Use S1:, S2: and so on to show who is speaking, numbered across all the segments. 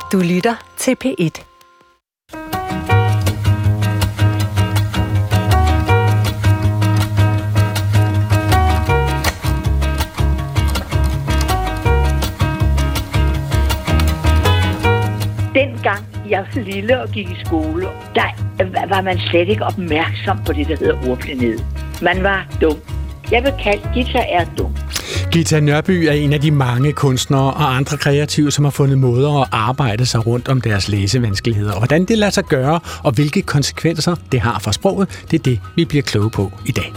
S1: Du lytter til P1.
S2: Dengang jeg var lille og gik i skole, der var man slet ikke opmærksom på det, der hedder ordblindhed. Man var dum. Jeg vil kalde Gita er dum.
S3: Gita Nørby er en af de mange kunstnere og andre kreative, som har fundet måder at arbejde sig rundt om deres læsevanskeligheder. Og hvordan det lader sig gøre, og hvilke konsekvenser det har for sproget, det er det, vi bliver kloge på i dag.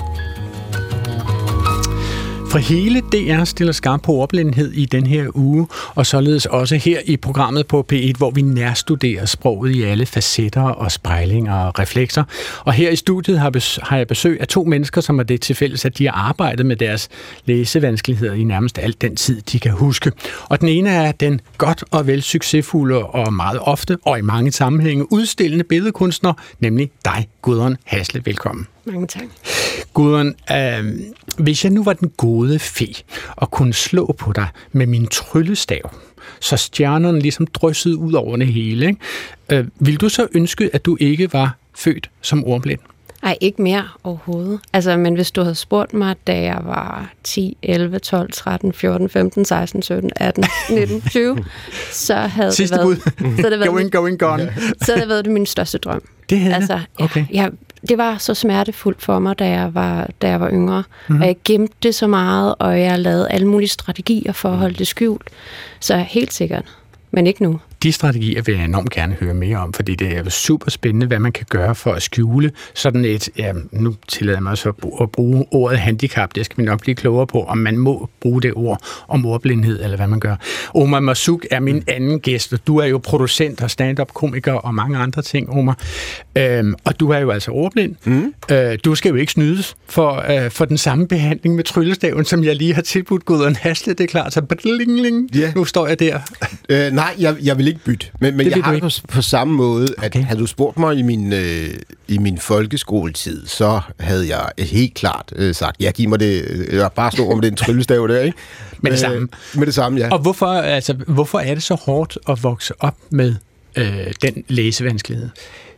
S3: For hele DR stiller skarpt på ordblindhed i den her uge, og således også her i programmet på P1, hvor vi nærstuderer sproget i alle facetter og spejlinger og reflekser. Og her i studiet har jeg besøg af 2 mennesker, som har det til fælles, at de har arbejdet med deres læsevanskeligheder i nærmest al den tid, de kan huske. Og den ene er den godt og vel succesfulde og meget ofte og i mange sammenhænge udstillende billedkunstner, nemlig dig, Gudrun Hasle. Velkommen.
S4: Mange tak.
S3: Gudrun, hvis jeg nu var den gode fe og kunne slå på dig med min tryllestav, så stjernerne ligesom dryssede ud over det hele, ikke? Vil du så ønske, at du ikke var født som ordblind?
S4: Ej, ikke mere overhovedet. Altså, men hvis du havde spurgt mig, da jeg var 10, 11, 12, 13, 14, 15, 16, 17, 18, 19, 20, så havde
S3: sidste
S4: det været...
S3: Gone.
S4: Så havde det været min største drøm.
S3: Det havde
S4: altså,
S3: okay.
S4: Det var så smertefuldt for mig, da jeg var yngre. Mm-hmm. Og jeg gemte det så meget, og jeg lavede alle mulige strategier for at holde det skjult. Så helt sikkert, men ikke nu.
S3: De strategier vil jeg enormt gerne høre mere om, fordi det er super spændende, hvad man kan gøre for at skjule sådan et, nu tillader jeg mig så at bruge ordet handicap, det skal vi nok blive klogere på, om man må bruge det ord om ordblindhed, eller hvad man gør. Omar Marzouk er min anden gæst, og du er jo producent og stand-up-komiker og mange andre ting, Omar. Og du er jo altså ordblind. Du skal jo ikke snydes for den samme behandling med tryllestaven, som jeg lige har tilbudt Gudrun Hasle, det er klart, så
S5: yeah.
S3: Nu står jeg der.
S5: Nej, jeg vil ikke bytte, men jeg har det på samme måde, at havde du spurgt mig i min folkeskoletid, så havde jeg helt klart sagt, ja, giv mig det, bare slå om den tryllestav der, ikke?
S3: Med det samme.
S5: Med det samme, ja.
S3: Og hvorfor er det så hårdt at vokse op med den læsevanskelighed?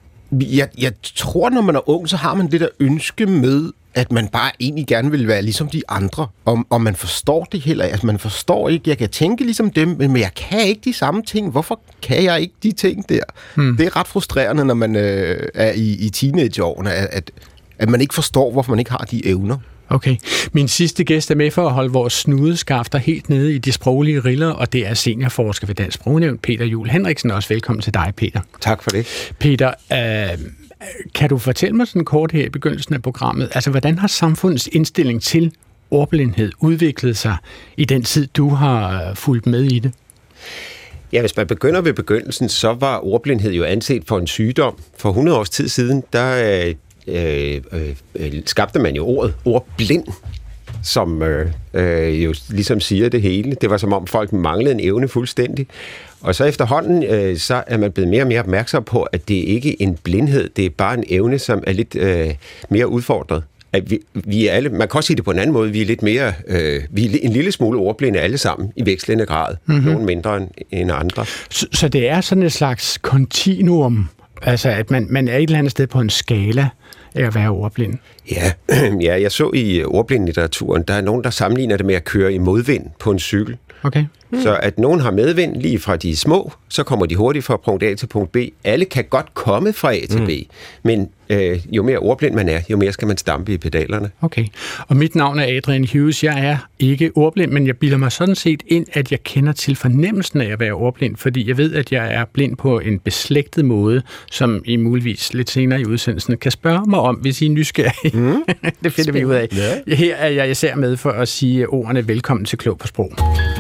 S5: Jeg tror, når man er ung, så har man det der ønske med, at man bare egentlig gerne vil være ligesom de andre, og man forstår det heller. Altså, man forstår ikke, jeg kan tænke ligesom dem, men jeg kan ikke de samme ting. Hvorfor kan jeg ikke de ting der? Det er ret frustrerende, når man er i teenageårene, at man ikke forstår, hvorfor man ikke har de evner.
S3: Okay. Min sidste gæst er med for at holde vores snudeskafter helt nede i de sproglige riller, og det er seniorforsker ved Dansk Sprognævn, Peter Juel Henriksen. Også velkommen til dig, Peter.
S5: Tak for det.
S3: Peter, kan du fortælle mig sådan kort her i begyndelsen af programmet, altså hvordan har samfundets indstilling til ordblindhed udviklet sig i den tid, du har fulgt med i det?
S6: Ja, hvis man begynder ved begyndelsen, så var ordblindhed jo anset for en sygdom. For 100 års tid siden, der skabte man jo ordet ordblind, som jo ligesom siger det hele. Det var som om folk manglede en evne fuldstændig. Og så efterhånden, så er man blevet mere og mere opmærksom på, at det ikke er en blindhed, det er bare en evne, som er lidt mere udfordret. At vi er alle, man kan også sige det på en anden måde, vi er lidt mere, vi er en lille smule ordblinde alle sammen, i vekslende grad. Nogle mindre end andre.
S3: Så det er sådan et slags kontinuum, altså at man er et eller andet sted på en skala af at være ordblind?
S6: Ja, jeg så i ordblindlitteraturen, der er nogen, der sammenligner det med at køre i modvind på en cykel.
S3: Okay.
S6: Så at nogen har medvind lige fra de små, så kommer de hurtigt fra punkt A til punkt B. Alle kan godt komme fra A til B, men jo mere ordblind man er, jo mere skal man stampe i pedalerne.
S3: Okay, og mit navn er Adrian Hughes. Jeg er ikke ordblind, men jeg bilder mig sådan set ind, at jeg kender til fornemmelsen af at være ordblind, fordi jeg ved, at jeg er blind på en beslægtet måde, som I muligvis lidt senere i udsendelsen kan spørge mig om, hvis I er nysgerrige. Det finder vi ud af. Ja. Her er jeg især med for at sige ordene velkommen til Klog på Sprog.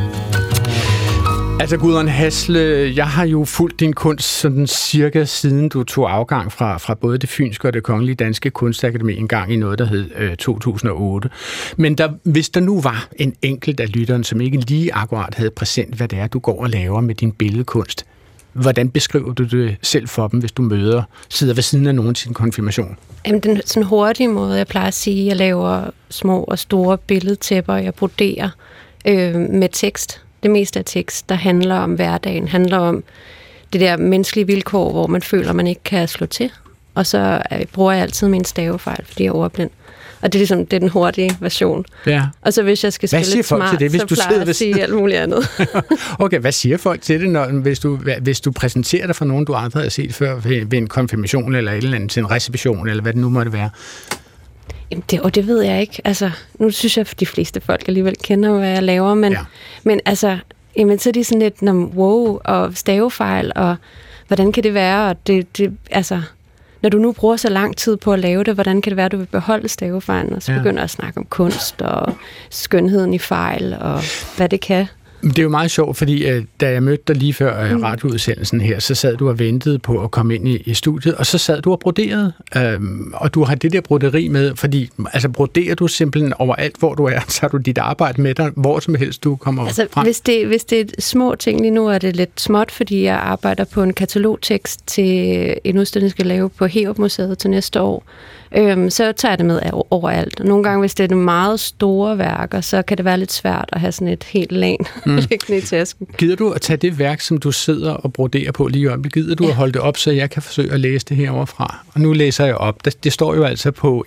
S3: Altså Gudrun Hasle, jeg har jo fulgt din kunst sådan cirka siden du tog afgang fra både det fynske og det kongelige danske kunstakademi en gang i noget, der hed 2008. Men hvis der nu var en enkelt af lytteren, som ikke lige akkurat havde præsent, hvad det er, du går og laver med din billedkunst, hvordan beskriver du det selv for dem, hvis du sidder ved siden af nogen til en konfirmation?
S4: Jamen, den sådan hurtige måde, jeg plejer at sige, jeg laver små og store billedtæpper, jeg broderer med tekst. Det meste af tekst, der handler om hverdagen, handler om det der menneskelige vilkår, hvor man føler, man ikke kan slå til. Og så bruger jeg altid min stavefejl, fordi jeg er ordblind. Og det er det er den hurtige version.
S3: Ja.
S4: Og så hvis jeg skal spille lidt smart, det, så plejer jeg at sige alt muligt andet.
S3: Okay, hvad siger folk til det, hvis du præsenterer dig for nogen, du aldrig har set før ved en konfirmation eller et eller andet, til en reception, eller hvad det nu måtte være?
S4: Jamen det ved jeg ikke. Altså, nu synes jeg, at de fleste folk alligevel kender, hvad jeg laver, men altså, jamen, så er de sådan lidt, wow, og stavefejl, og hvordan kan det være? Og det altså, når du nu bruger så lang tid på at lave det, hvordan kan det være, at du vil beholde stavefejlen, og så begynder at snakke om kunst, og skønheden i fejl, og hvad det kan?
S3: Det er jo meget sjovt, fordi da jeg mødte dig lige før radioudsendelsen her, så sad du og ventede på at komme ind i studiet, og så sad du og broderede, og du har det der broderi med, fordi altså broderer du simpelthen overalt, hvor du er, så har du dit arbejde med dig, hvor som helst du kommer frem.
S4: Hvis det er små ting, lige nu er det lidt småt, fordi jeg arbejder på en katalogtekst til en udstilling, jeg skal lave på Herup Museet til næste år, så tager jeg det med overalt. Nogle gange, hvis det er nogle meget store værker, så kan det være lidt svært at have sådan et helt lag liggende i tasken.
S3: Gider du at tage det værk, som du sidder og broderer på lige op? Gider du at holde det op, så jeg kan forsøge at læse det herovre fra? Og nu læser jeg op. Det står jo altså på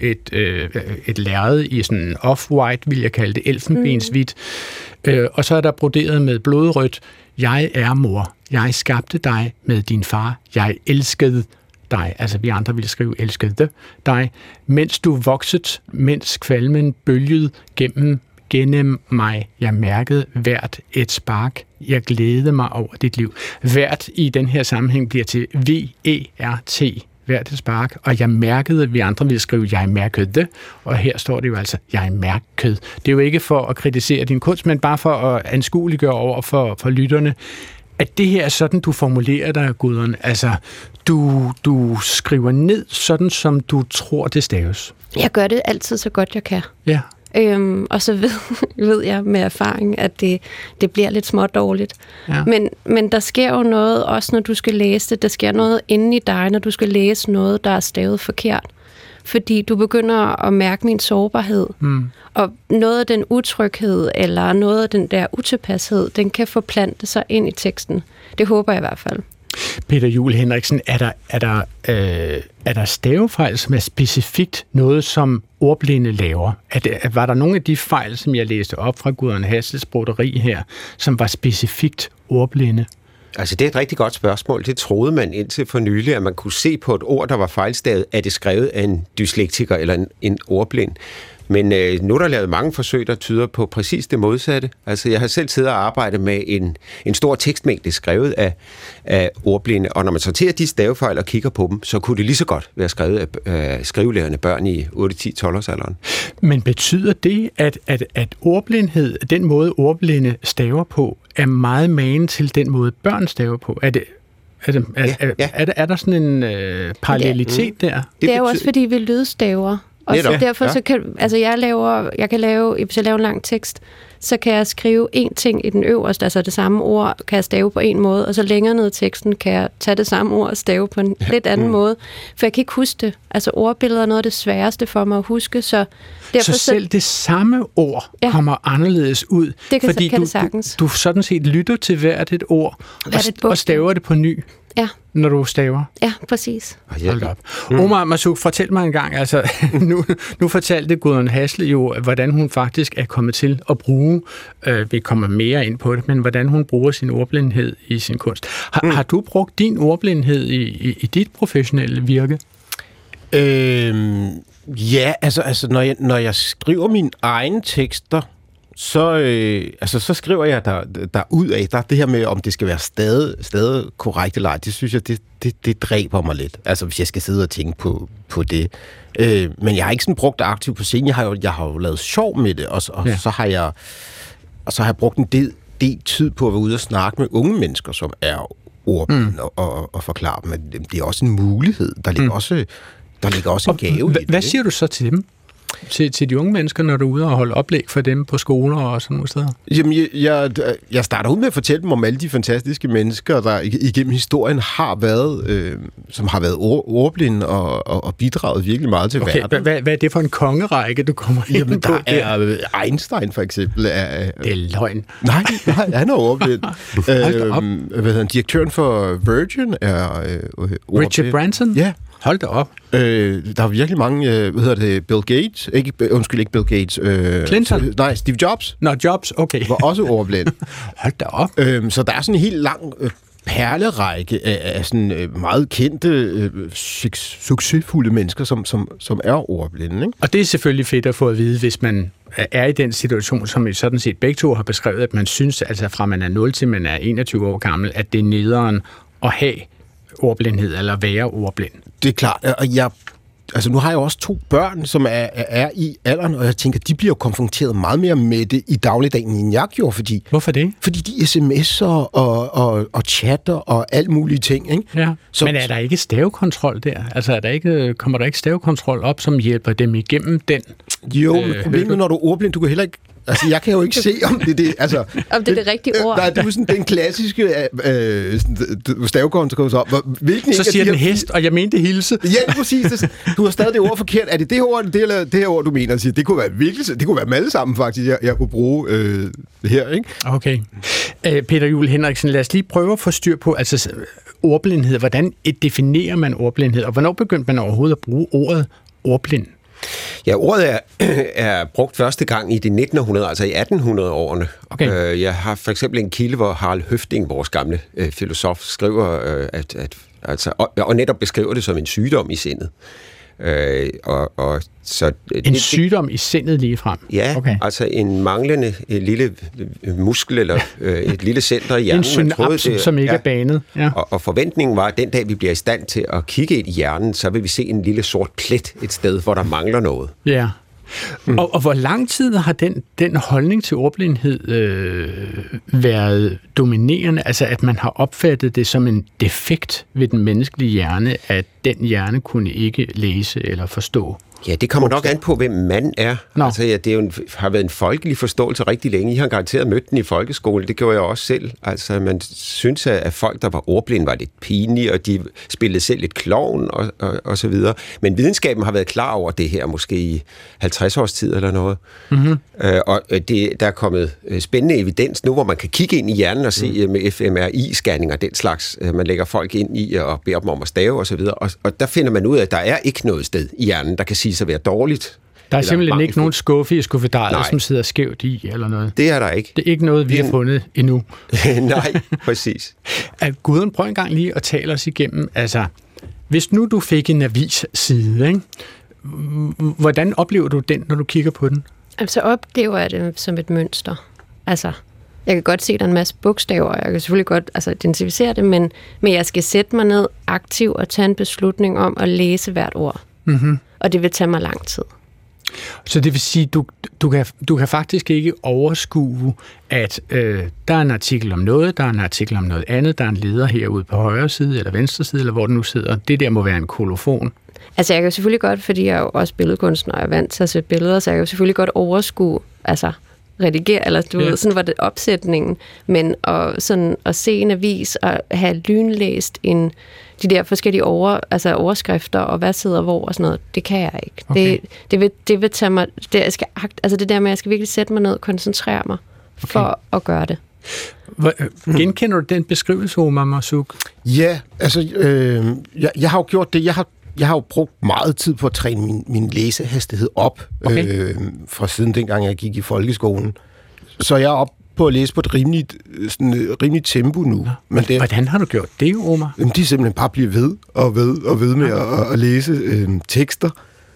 S3: et lærred i sådan off-white, vil jeg kalde det, elfenbenshvidt. Og så er der broderet med blodrødt: Jeg er mor. Jeg skabte dig med din far. Jeg elskede dig, altså vi andre ville skrive elskede dig, mens du vokset, mens kvalmen bølgede gennem mig. Jeg mærkede hvert et spark. Jeg glædede mig over dit liv. Hvert i den her sammenhæng bliver til V-E-R-T. Hvert et spark. Og jeg mærkede, vi andre ville skrive, jeg mærkede, og her står det jo altså, jeg mærkede. Det er jo ikke for at kritisere din kunst, men bare for at anskueliggøre over for lytterne, at det her er sådan, du formulerer dig, Gudrun. Altså, du skriver ned sådan, som du tror, det staves. Jeg
S4: gør det altid så godt, jeg kan.
S3: Ja.
S4: Og så ved jeg med erfaring, at det bliver lidt smådårligt. Ja. Men der sker jo noget, også når du skal læse det. Der sker noget inde i dig, når du skal læse noget, der er stavet forkert. Fordi du begynder at mærke min sårbarhed. Og noget af den utryghed, eller noget af den der utilpashed, den kan forplante sig ind i teksten. Det håber jeg i hvert fald.
S3: Peter Juel Henriksen, er der stavefejl, som er specifikt noget, som ordblinde laver? Var der nogle af de fejl, som jeg læste op fra Gudrun Hassels broderi her, som var specifikt ordblinde?
S6: Altså, det er et rigtig godt spørgsmål. Det troede man indtil for nylig, at man kunne se på et ord, der var fejlstavet, er det skrevet af en dyslektiker eller en ordblind. Men nu er der lavet mange forsøg, der tyder på præcis det modsatte. Altså, jeg har selv siddet og arbejdet med en stor tekstmængde skrevet af ordblinde, og når man sorterer de stavefejl og kigger på dem, så kunne det lige så godt være skrevet af skrivelærende børn i 8-10-12-årsalderen.
S3: Men betyder det, at ordblindhed, den måde ordblinde staver på, er meget magen til den måde børn staver på? Er der sådan en parallelitet der?
S4: Det er jo også, fordi vi lydstaver. Og så derfor så kan jeg kan lave, hvis jeg laver en lang tekst, så kan jeg skrive én ting i den øverste, altså det samme ord kan jeg stave på en måde, og så længere ned i teksten kan jeg tage det samme ord og stave på en lidt anden måde, for jeg kan ikke huske det. Altså ordbilleder er noget af det sværeste for mig at huske, så derfor
S3: så selv det samme ord kommer anderledes ud, fordi du sådan set lytter til hvert et ord og staver det på ny.
S4: Ja.
S3: Når du staver?
S4: Ja, præcis.
S3: Hold op. Omar Marzouk, fortæl mig en gang, altså, nu fortalte Gudrun Hassel jo, hvordan hun faktisk er kommet til at bruge, vi kommer mere ind på det, men hvordan hun bruger sin ordblindhed i sin kunst. Har du brugt din ordblindhed i dit professionelle virke?
S5: Ja, altså når jeg skriver mine egne tekster, så skriver jeg der ud af, der det her med, om det skal være stadig korrekt eller ej, det synes jeg, det dræber mig lidt. Altså, hvis jeg skal sidde og tænke på det. Men jeg har ikke sådan brugt det aktivt på scenen. Jeg har jo lavet sjov med det, og så har jeg brugt en del tid på at være ude og snakke med unge mennesker, som er ordblinde, og forklare dem, at det er også en mulighed. Der ligger også en gave i det.
S3: Hvad siger du så til dem? til de unge mennesker, når du er ude og holde oplæg for dem på skoler og sådan nogle steder?
S5: Jamen, jeg starter ud med at fortælle dem om alle de fantastiske mennesker, der igennem historien har været, som har været ordblinde og bidraget virkelig meget til verden.
S3: Hvad er det for en kongerække, du kommer ind på?
S5: Der er Einstein for eksempel.
S3: Det er løgn.
S5: Nej, han er ordblind. Direktøren for Virgin er ordblind.
S3: Richard Branson?
S5: Ja.
S3: Hold da op.
S5: Der er virkelig mange, Bill Gates? Ikke Bill Gates.
S3: Clinton?
S5: Nej, Steve Jobs.
S3: Nå, Jobs, okay.
S5: Var også ordblind.
S3: Hold da op.
S5: Så der er sådan en helt lang perlerække af sådan meget kendte, succesfulde mennesker, som er ordblinde. Ikke?
S3: Og det er selvfølgelig fedt at få at vide, hvis man er i den situation, som I sådan set begge to har beskrevet, at man synes, altså fra man er 0 til man er 21 år gammel, at det er nederen at have ordblindhed eller være ordblind.
S5: Det er klart, og nu har jeg også 2 børn, som er i alderen, og jeg tænker, de bliver jo konfronteret meget mere med det i dagligdagen, end jeg gjorde, fordi...
S3: Hvorfor det?
S5: Fordi de sms'er og chatter og alt mulige ting, ikke?
S3: Ja, men er der ikke stavekontrol der? Altså, kommer der ikke stavekontrol op, som hjælper dem igennem den?
S5: Jo, men problemet, når du er ordblind, du kan heller ikke... Altså, jeg kan jo ikke se, om det altså...
S4: Om det er det rigtige ord.
S5: Nej, det er jo sådan den klassiske stavekontrol.
S3: Så siger den hest, og jeg mente hilse.
S5: Ja, præcis. Du har stadig det ord forkert. Er det det ord, eller det her ord, du mener? Siger, det kunne være virkelig... Det kunne være dem alle sammen, faktisk, jeg kunne bruge her, ikke?
S3: Okay. Peter Juel Henriksen, lad os lige prøve at få styr på, altså ordblindhed. Hvordan definerer man ordblindhed, og hvornår begyndte man overhovedet at bruge ordet ordblind?
S6: Ja, ordet er brugt første gang i det 1900, altså i 1800-årene.
S3: Okay.
S6: Jeg har for eksempel en kilde, hvor Harald Høffding, vores gamle filosof, skriver, og netop beskriver det som en sygdom i sindet.
S3: En sygdom i sindet lige frem?
S6: Ja, okay. Altså en manglende lille muskel eller et lille center i hjernen.
S3: En synaps, som ikke er banet. Ja.
S6: Og forventningen var, at den dag vi bliver i stand til at kigge ind i hjernen, så vil vi se en lille sort plet et sted, hvor der mangler noget.
S3: Ja. Og hvor lang tid har den holdning til ordblindhed været dominerende? Altså, at man har opfattet det som en defekt ved den menneskelige hjerne, at den hjerne kunne ikke læse eller forstå?
S6: Ja, det kommer nok an på, hvem man er. Altså, ja, det er jo har været en folkelig forståelse rigtig længe. I har garanteret mødt den i folkeskole. Det gjorde jeg også selv. Altså, man synes, at folk, der var ordblinde, var lidt pinlige, og de spillede selv lidt klovn og så videre. Men videnskaben har været klar over det her, måske i 50 års tid eller noget. Mm-hmm. Og der er kommet spændende evidens nu, hvor man kan kigge ind i hjernen og se med fMRI-scanninger, den slags. Man lægger folk ind i og beder dem om at stave og så videre. Og der finder man ud af, at der er ikke noget sted i hjernen, der kan sige at være dårligt.
S3: Der er simpelthen ikke nogen skuffe i skuffedrejet, som sidder skævt i, eller noget?
S6: Det er der ikke.
S3: Det er ikke noget, vi har fundet endnu.
S6: Nej, præcis.
S3: Guden, prøv en gang lige at tale os igennem. Altså, hvis nu du fik en avisside, ikke? Hvordan oplever du den, når du kigger på den?
S4: Altså oplever jeg det som et mønster. Altså, jeg kan godt se, at der er en masse bogstaver, jeg kan selvfølgelig godt identificere det, men jeg skal sætte mig ned aktivt og tage en beslutning om at læse hvert ord. Mm-hmm. Og det vil tage mig lang tid.
S3: Så det vil sige, du kan faktisk ikke overskue, at der er en artikel om noget, der er en artikel om noget andet, der er en leder herude på højre side eller venstre side, eller hvor den nu sidder. Det der må være en kolofon.
S4: Altså jeg kan jo selvfølgelig godt, fordi jeg er jo også billedkunstner og er vant til at se billeder, så jeg kan jo selvfølgelig godt overskue, altså redigere, eller du ved, sådan var det opsætningen, men at se en avis og have lynlæst de der forskellige overskrifter, og hvad sidder hvor og sådan noget, det kan jeg ikke. Okay. Det vil tage mig, det der med, at jeg skal virkelig sætte mig ned og koncentrere mig for at gøre det.
S3: Genkender du den beskrivelse, Omar Marzouk?
S5: Ja, altså, jeg har jo gjort det, jeg har jo brugt meget tid på at træne min læsehastighed op, fra siden dengang jeg gik i folkeskolen. Så jeg er oppe på at læse på et rimeligt tempo nu. Men
S3: hvordan har du gjort det, Omar?
S5: Jamen, de er simpelthen bare blive ved og ved med at læse tekster.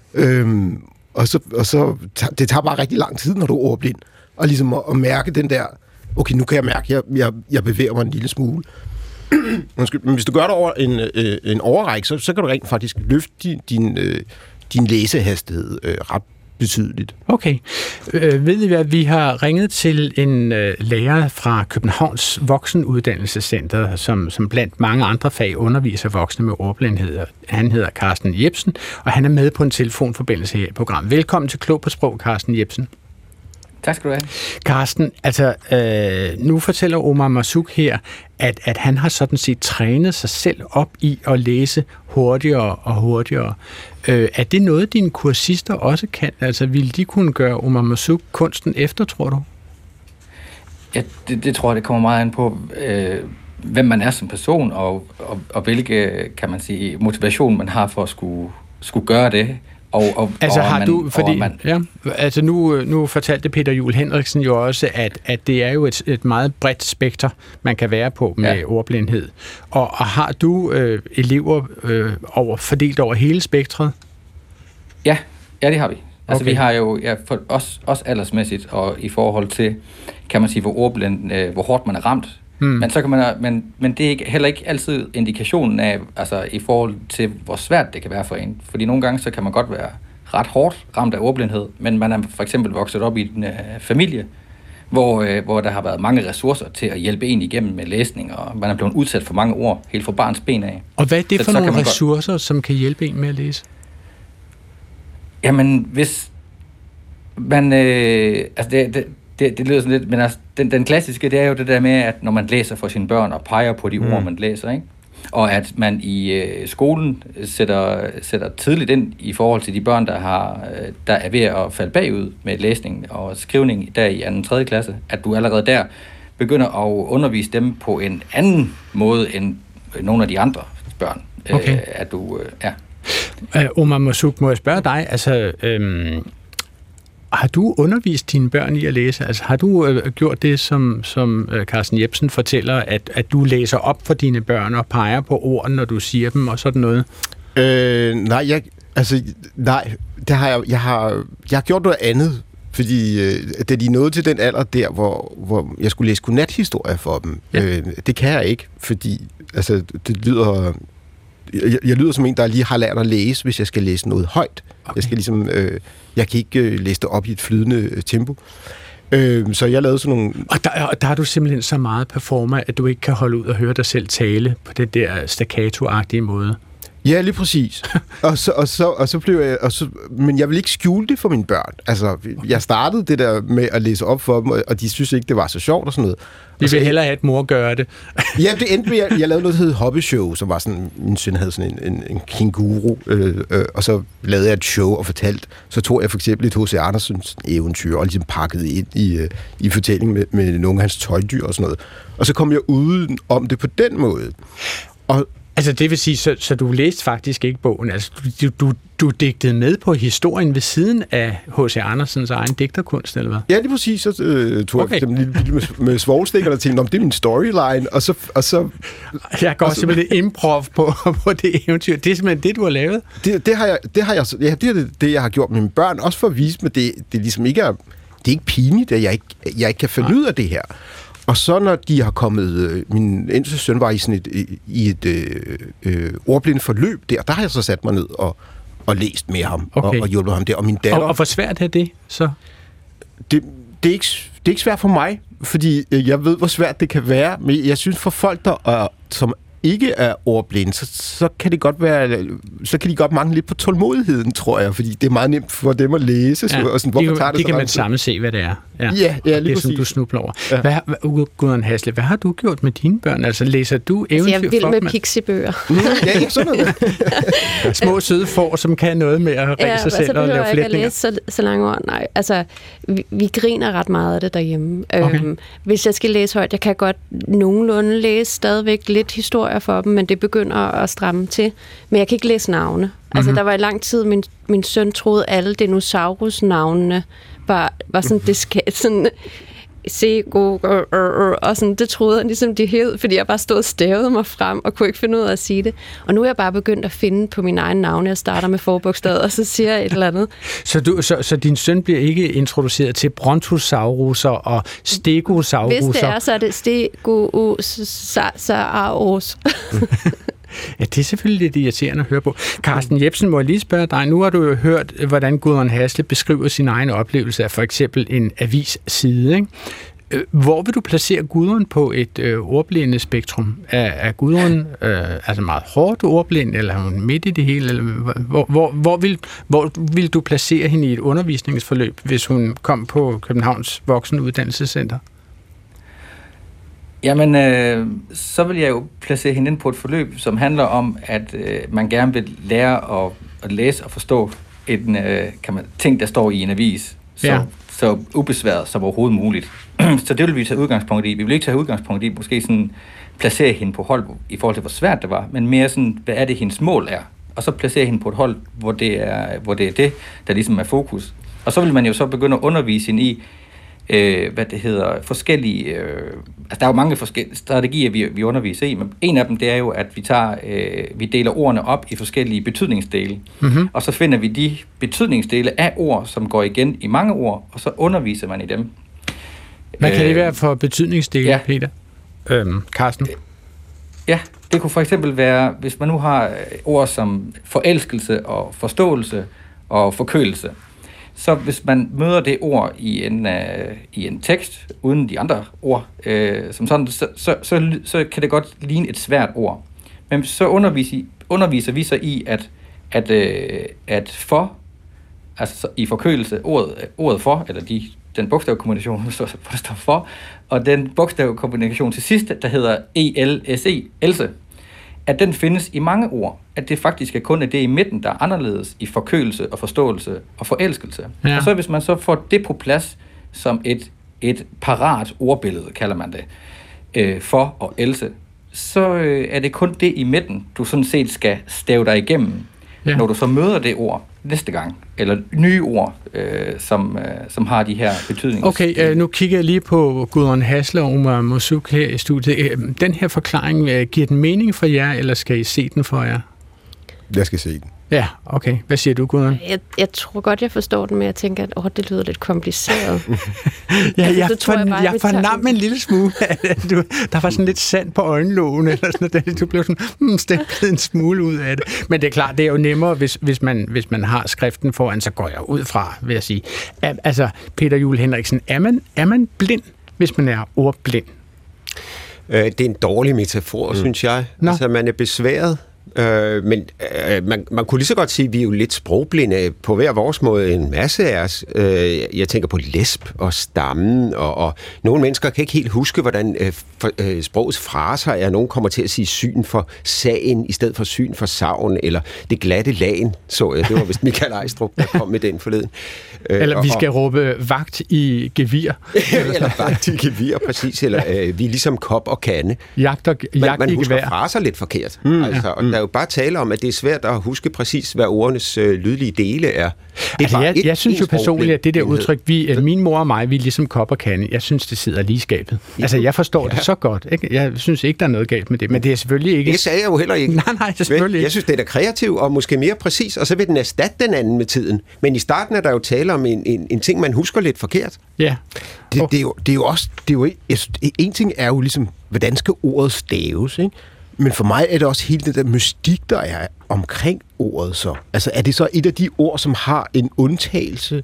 S5: Og så det tager bare rigtig lang tid, når du er ordblind. Og ligesom at mærke den der, okay, nu kan jeg mærke, at jeg bevæger mig en lille smule. Men hvis du gør det over en overrække, så kan du rent faktisk løfte din læsehastighed betydeligt.
S3: Okay. Ved I hvad, vi har ringet til en lærer fra Københavns Voksenuddannelsescenter, som blandt mange andre fag underviser voksne med ordblindhed. Han hedder Carsten Jepsen, og han er med på en telefonforbindelse her i programmet. Velkommen til Klog på Sprog, Carsten Jepsen.
S1: Tak skal du have.
S3: Carsten, altså nu fortæller Omar Marzouk her, at han har sådan set trænet sig selv op i at læse hurtigere og hurtigere. Er det noget, dine kursister også kan? Altså vil de kunne gøre Omar Marzouk kunsten efter, tror du?
S1: Ja, det tror jeg, det kommer meget an på, hvem man er som person, og hvilke, kan man sige, motivation man har for at skulle gøre det.
S3: Altså har du, fordi ja, altså nu fortalte Peter Juel Henriksen jo også, at det er jo et meget bredt spekter, man kan være på med ordblindhed. Og har du elever fordelt over hele spektret?
S1: Ja, det har vi. Altså
S3: okay.
S1: Vi har jo for os aldersmæssigt, og i forhold til, kan man sige, hvor hårdt man er ramt. Men så kan men det er heller ikke altid indikationen af, altså i forhold til, hvor svært det kan være for en. Fordi nogle gange, så kan man godt være ret hårdt ramt af ordblindhed, men man er for eksempel vokset op i en familie, hvor der har været mange ressourcer til at hjælpe en igennem med læsning, og man er blevet udsat for mange ord, helt fra barns ben af.
S3: Og hvad er det for nogle ressourcer, som kan hjælpe en med at læse?
S1: Jamen, hvis man... Det lyder sådan lidt, men altså, den klassiske, det er jo det der med, at når man læser for sine børn og peger på de ord, man læser, ikke? Og at man i skolen sætter tidligt ind i forhold til de børn, der er ved at falde bagud med læsning og skrivning der i 2. og 3. klasse, at du allerede der begynder at undervise dem på en anden måde end nogle af de andre børn.
S3: Okay. Omar Marzouk, må jeg spørge dig, altså... Har du undervist dine børn i at læse? Altså har du gjort det, som Carsten Jepsen fortæller, at du læser op for dine børn og peger på ord, når du siger dem og sådan noget?
S5: Nej, det har jeg har gjort noget andet, fordi da de nåede til den alder der, hvor jeg skulle læse godnathistorie for dem, det kan jeg ikke, fordi altså, det lyder... Jeg lyder som en, der lige har lært at læse, hvis jeg skal læse noget højt. Okay. Jeg skal ligesom... jeg kan ikke læse det op i et flydende tempo. Så jeg lavede sådan nogle...
S3: Og der har du simpelthen så meget performer, at du ikke kan holde ud og høre dig selv tale på det der staccato-agtige måde.
S5: Ja, lige præcis. og så blev jeg... men jeg vil ikke skjule det for mine børn. Altså, jeg startede det der med at læse op for dem, og de synes ikke, det var så sjovt og sådan noget.
S3: De vil hellere have, at mor gør det.
S5: Ja, det endte med, jeg lavede noget, der hed Hobby Show, som var sådan... Min søn havde sådan en kænguru, og så lavede jeg et show og fortalte. Så tog jeg for eksempel et H.C. Andersens eventyr og ligesom pakkede ind i fortællingen med nogle af hans tøjdyr og sådan noget. Og så kom jeg uden om det på den måde.
S3: Altså det vil sige, så du læste faktisk ikke bogen, altså du digtede med på historien ved siden af H.C. Andersens egen digterkunst, eller hvad?
S5: Ja, det er præcis, så tog jeg lidt med svovlstikker og tænkte, det er min storyline, og så...
S3: Jeg går simpelthen improv på det eventyr, det er simpelthen det, du har lavet?
S5: Det er det, jeg har gjort med mine børn, også for at vise mig, det ligesom ikke er... Det er ikke pinligt, at jeg ikke kan finde ud af det her. Og så når de har kommet... min ældste søn var i sådan et ordblinde forløb der har jeg så sat mig ned og læst med ham og hjulpet ham der. Og min datter...
S3: Og hvor svært er det så?
S5: Det er ikke svært for mig, fordi jeg ved, hvor svært det kan være. Men jeg synes, for folk, som ikke er ordblinde, så kan det godt være, så kan de godt mangle lidt på tålmodigheden, tror jeg, fordi det er meget nemt for dem at læse.
S3: Ja,
S5: og sådan, hvorfor tager det
S3: de kan man sammen se, hvad det er.
S5: Ja, lige
S3: det er sådan, du snubler over. Ja. Gudrun Hasle, hvad har du gjort med dine børn? Altså, læser du eventyr
S4: jeg er vild med pixibøger.
S5: Ja, sådan noget.
S3: Små søde får, som kan noget med at ræse sig selv og lave flætninger.
S4: Jeg læse så lange ord. Nej, altså, vi griner ret meget af det derhjemme. Okay. Hvis jeg skal læse højt, jeg kan godt nogenlunde læse stadigvæk lidt historier for dem, men det begynder at stramme til. Men jeg kan ikke læse navne. Altså, der var i lang tid, min søn troede, alle dinosaurus-navnene var sådan, sådan Sego, og sådan, det troede han ligesom de hed, fordi jeg bare stod og stavede mig frem, og kunne ikke finde ud af at sige det. Og nu er jeg bare begyndt at finde på min egen navn. Jeg starter med forbogstavet, og så siger jeg et eller andet.
S3: Så din søn bliver ikke introduceret til brontosauruser og stegosauruser?
S4: Hvis det er, så er det stegosaurus.
S3: Ja, det er selvfølgelig lidt irriterende at høre på. Carsten Jepsen, må jeg lige spørge dig. Nu har du jo hørt, hvordan Gudrun Hasle beskriver sin egen oplevelse af for eksempel en avisside, ikke? Hvor vil du placere Gudrun på et ordblinde spektrum? Er Gudrun altså meget hårdt ordblind, eller er hun midt i det hele? Eller hvor vil du placere hende i et undervisningsforløb, hvis hun kom på Københavns Voksenuddannelsescenter?
S1: Jamen, så vil jeg jo placere hende ind på et forløb, som handler om, at man gerne vil lære at læse og forstå ting, der står i en avis. Så ubesværet som overhovedet muligt. Så det vil vi tage udgangspunkt i. Vi vil ikke tage udgangspunkt i, måske sådan placere hende på hold i forhold til, hvor svært det var, men mere sådan, hvad er det, hendes mål er. Og så placere hende på et hold, hvor det er det, der ligesom er fokus. Og så vil man jo så begynde at undervise hende i, forskellige... der er jo mange forskellige strategier, vi underviser i, men en af dem, det er jo, at vi deler ordene op i forskellige betydningsdele. Mm-hmm. Og så finder vi de betydningsdele af ord, som går igen i mange ord, og så underviser man i dem.
S3: Hvad kan det være for betydningsdele, Peter? Carsten?
S1: Ja, det kunne for eksempel være, hvis man nu har ord som forelskelse og forståelse og forkølelse. Så hvis man møder det ord i en tekst, uden de andre ord, som sådan, så kan det godt ligne et svært ord. Men så underviser vi så i, at for, altså i forkølelse, ordet for, eller den bogstavkombination, hvor der står for, og den bogstavkombination til sidst, der hedder ELSE, else, at den findes i mange ord, at det faktisk er kun det i midten, der er anderledes i forkølelse og forståelse og forelskelse. Ja. Og så hvis man så får det på plads som et parat ordbillede, kalder man det, for og else, så er det kun det i midten, du sådan set skal stave dig igennem, når du så møder det ord næste gang, eller nye ord, som har de her betydninger.
S3: Okay, nu kigger jeg lige på Gudrun Hasle og Omar Moussouk her i studiet. Den her forklaring, giver den mening for jer, eller skal I se den for jer?
S5: Jeg skal se den.
S3: Ja, okay. Hvad siger du, Gudrun?
S4: Jeg tror godt, jeg forstår den, men jeg tænker, at det lyder lidt kompliceret.
S3: Jeg fornam en lille smule, at der var sådan lidt sand på øjenlågen, eller sådan noget. Du blev sådan stemplet en smule ud af det. Men det er klart, det er jo nemmere, hvis man har skriften foran, så går jeg ud fra, vil jeg sige. Altså, Peter Juel Henriksen, er man blind, hvis man er ordblind?
S6: Det er en dårlig metafor, synes jeg. Altså, man er besværet. Men man kunne lige så godt sige, at vi er jo lidt sprogblinde på hver vores måde, en masse af os. Jeg tænker på lesb og stammen, og nogle mennesker kan ikke helt huske, hvordan sprogets fraser er. Nogen kommer til at sige syn for sagen, i stedet for syn for savn, eller det glatte lagen, så jeg. Det var vist Michael Ejstrup, der kom med den forleden.
S3: Eller vi skal råbe vagt i gevir.
S6: Eller vagt i gevir, præcis. Eller vi er ligesom kop og kande.
S3: Man
S6: husker fraser lidt forkert. Altså, og der er jo bare tale om, at det er svært at huske præcis, hvad ordenes lydlige dele er.
S3: Jeg synes jo personligt, at det der udtryk, min mor og mig, vi er ligesom kop og kande, jeg synes, det sidder lige i skabet. Altså, jeg forstår det så godt. Ikke? Jeg synes ikke, der er noget galt med det, men det er selvfølgelig ikke...
S6: Det sagde jeg jo heller ikke.
S3: Nej, selvfølgelig ikke. Jeg
S6: synes, det er da kreativt og måske mere præcis, og så vil den erstatte den anden med tiden. Men i starten er der jo tale om en ting, man husker lidt forkert.
S3: Ja.
S5: Det er jo også... En ting er jo ligesom, hvordan skal ordet staves, ikke? Men for mig er det også hele det der mystik, der er omkring ordet så. Altså er det så et af de ord, som har en undtagelse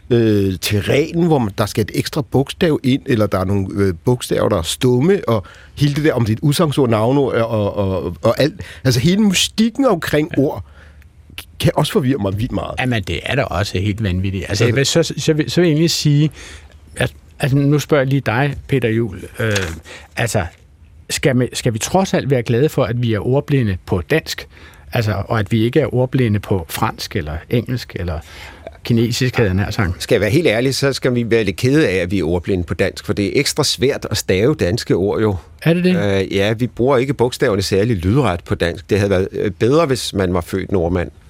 S5: til reglen, hvor der skal et ekstra bogstav ind, eller der er nogle bogstaver, der er stumme, og hele det der, om det er et udsagnsord, navnord og alt. Altså hele mystikken omkring ord kan også forvirre mig vildt meget.
S3: Jamen det er da også helt vanvittigt. Altså så vil jeg egentlig sige, altså nu spørger jeg lige dig, Peter Juel, altså skal vi trods alt være glade for, at vi er ordblinde på dansk, altså, og at vi ikke er ordblinde på fransk, eller engelsk, eller kinesisk, havde jeg nær sagt.
S6: Skal jeg være helt ærlig, så skal vi være lidt kede af, at vi er ordblinde på dansk, for det er ekstra svært at stave danske ord jo.
S3: Er det det?
S6: Ja, vi bruger ikke bogstaverne særlig lydret på dansk. Det havde været bedre, hvis man var født nordmand.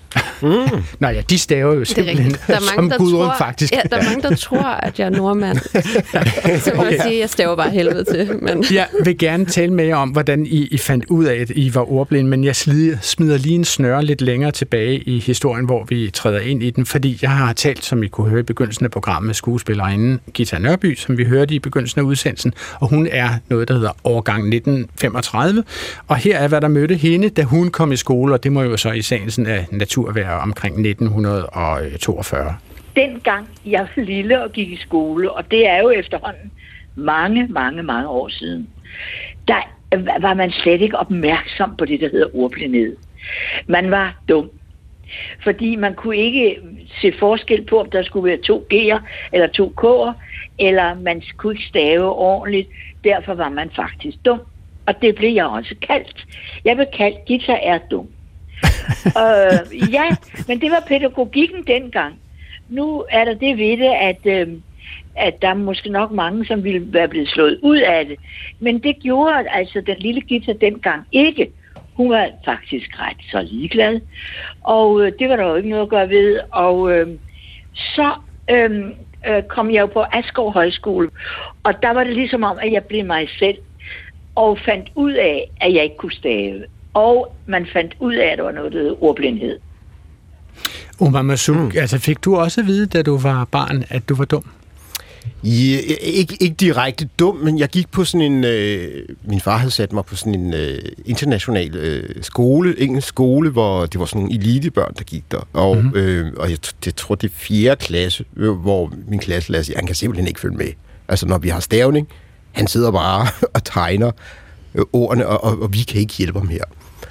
S3: Nå ja, de staver jo simpelthen som Gudrun faktisk.
S4: Ja, der er mange, der tror, at jeg er nordmand. Så må jeg sige, jeg staver bare helvede til. Men.
S3: Jeg vil gerne tale med jer om, hvordan I fandt ud af, at I var ordblinde, men jeg smider lige en snøre lidt længere tilbage i historien, hvor vi træder ind i den, fordi jeg har talt, som I kunne høre i begyndelsen af programmet, med skuespillerinden Githa Nørby, som vi hørte i begyndelsen af udsendelsen, og hun er noget, der hedder årgang 1935, og her er, hvad der mødte hende, da hun kom i skole, og det må jo så i sagelsen af natur være omkring 1942.
S2: Dengang jeg var lille og gik i skole, og det er jo efterhånden mange år siden, der var man slet ikke opmærksom på det, der hedder ordblindhed. Man var dum. Fordi man kunne ikke se forskel på, om der skulle være 2 G'er eller 2 K'er, eller man kunne ikke stave ordentligt. Derfor var man faktisk dum. Og det blev jeg også kaldt. Jeg blev kaldt, Githa er dum. Ja, men det var pædagogikken dengang. Nu er der det ved det, at der er måske nok mange, som ville være blevet slået ud af det. Men det gjorde altså den lille Githa dengang ikke. Hun var faktisk ret så ligeglad. Og det var der jo ikke noget at gøre ved. Og så kom jeg jo på Askov Højskole. Og der var det ligesom om, at jeg blev mig selv. Og fandt ud af, at jeg ikke kunne stave. Og man fandt ud af, at der var noget, der hed ordblindhed.
S3: Omar Marzouk, altså fik du også at vide, da du var barn, at du var dum?
S5: Ja, ikke direkte dum, men jeg gik på sådan en... min far havde sat mig på sådan en international skole, engelsk skole, hvor det var sådan nogle elitebørn, der gik der. Og, og jeg tror, det er 4. klasse, hvor min klasselærer siger, han kan simpelthen ikke følge med. Altså, når vi har stavning, han sidder bare og tegner ordene, og vi kan ikke hjælpe ham her.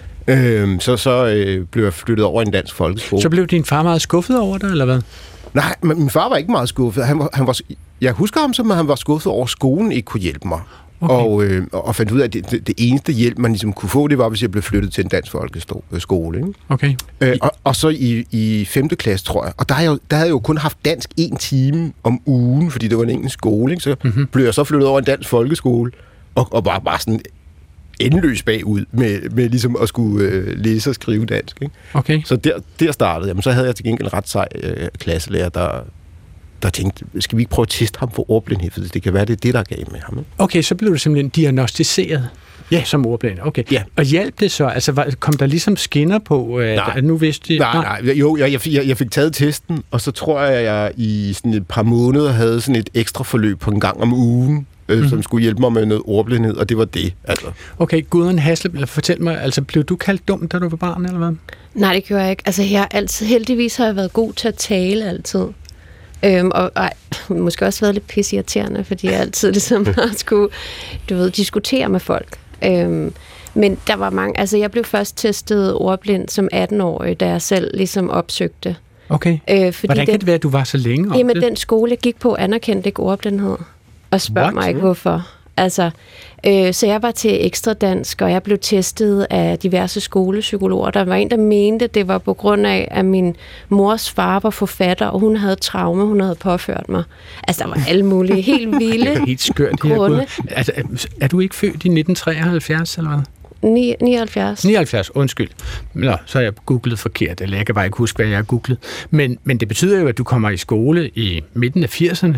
S5: Så blev jeg flyttet over i en dansk folkeskole.
S3: Så blev din far meget skuffet over dig, eller hvad?
S5: Nej, men min far var ikke meget skuffet. Jeg husker ham som, at han var skuffet over, at skolen ikke kunne hjælpe mig. Okay. Og fandt ud af, at det eneste hjælp, man ligesom kunne få, det var, hvis jeg blev flyttet til en dansk folkeskole. Ikke?
S3: Okay.
S5: Og så i 5. klasse, tror jeg. Og der havde jeg jo kun haft dansk 1 time om ugen, fordi det var en engelsk skole. Ikke? Så blev jeg så flyttet over en dansk folkeskole, og bare sådan endeløs bagud med ligesom at skulle læse og skrive dansk. Ikke?
S3: Okay.
S5: Så der startede jeg. Men så havde jeg til gengæld en ret sej klasselærer, der tænkte, skal vi ikke prøve at teste ham for ordblindhed, for det kan være, det er det, der er galt med ham. Ikke?
S3: Okay, så blev du simpelthen diagnostiseret som ordblind. Okay. Ja. Og hjalp det så? Altså, kom der ligesom skinner på, at nu vidste de...
S5: Nej. Jo, jeg fik taget testen, og så tror jeg i sådan et par måneder havde sådan et ekstra forløb på en gang om ugen, som skulle hjælpe mig med noget ordblindhed, og det var det. Altså. Okay,
S3: Gudrun Hasle, fortæl mig, altså blev du kaldt dum, da du var barn, eller hvad?
S4: Nej, det gjorde jeg ikke. Altså, heldigvis har jeg været god til at tale altid. Og måske også været lidt pisseirriterende, fordi jeg altid ligesom har skulle, diskutere med folk. Men der var mange, altså jeg blev først testet ordblind som 18-årig, da jeg selv ligesom opsøgte.
S3: Okay. Hvordan kan det være, at du var så længe om
S4: det? Jamen, den skole, jeg gik på, anerkendte ikke ordblindhed. Og spørg mig ikke, hvorfor. Altså, så jeg var til ekstra dansk, og jeg blev testet af diverse skolepsykologer. Der var en, der mente, det var på grund af, at min mors far var forfatter, og hun havde traume, hun havde påført mig. Altså, der var alle mulige helt vilde
S3: det er helt skørt, grunde. Altså, er du ikke født i 1973, eller hvad?
S4: 79.
S3: 79, undskyld. Nå, så har jeg googlet forkert, eller jeg kan bare ikke huske, hvad jeg har googlet. Men det betyder jo, at du kommer i skole i midten af 80'erne.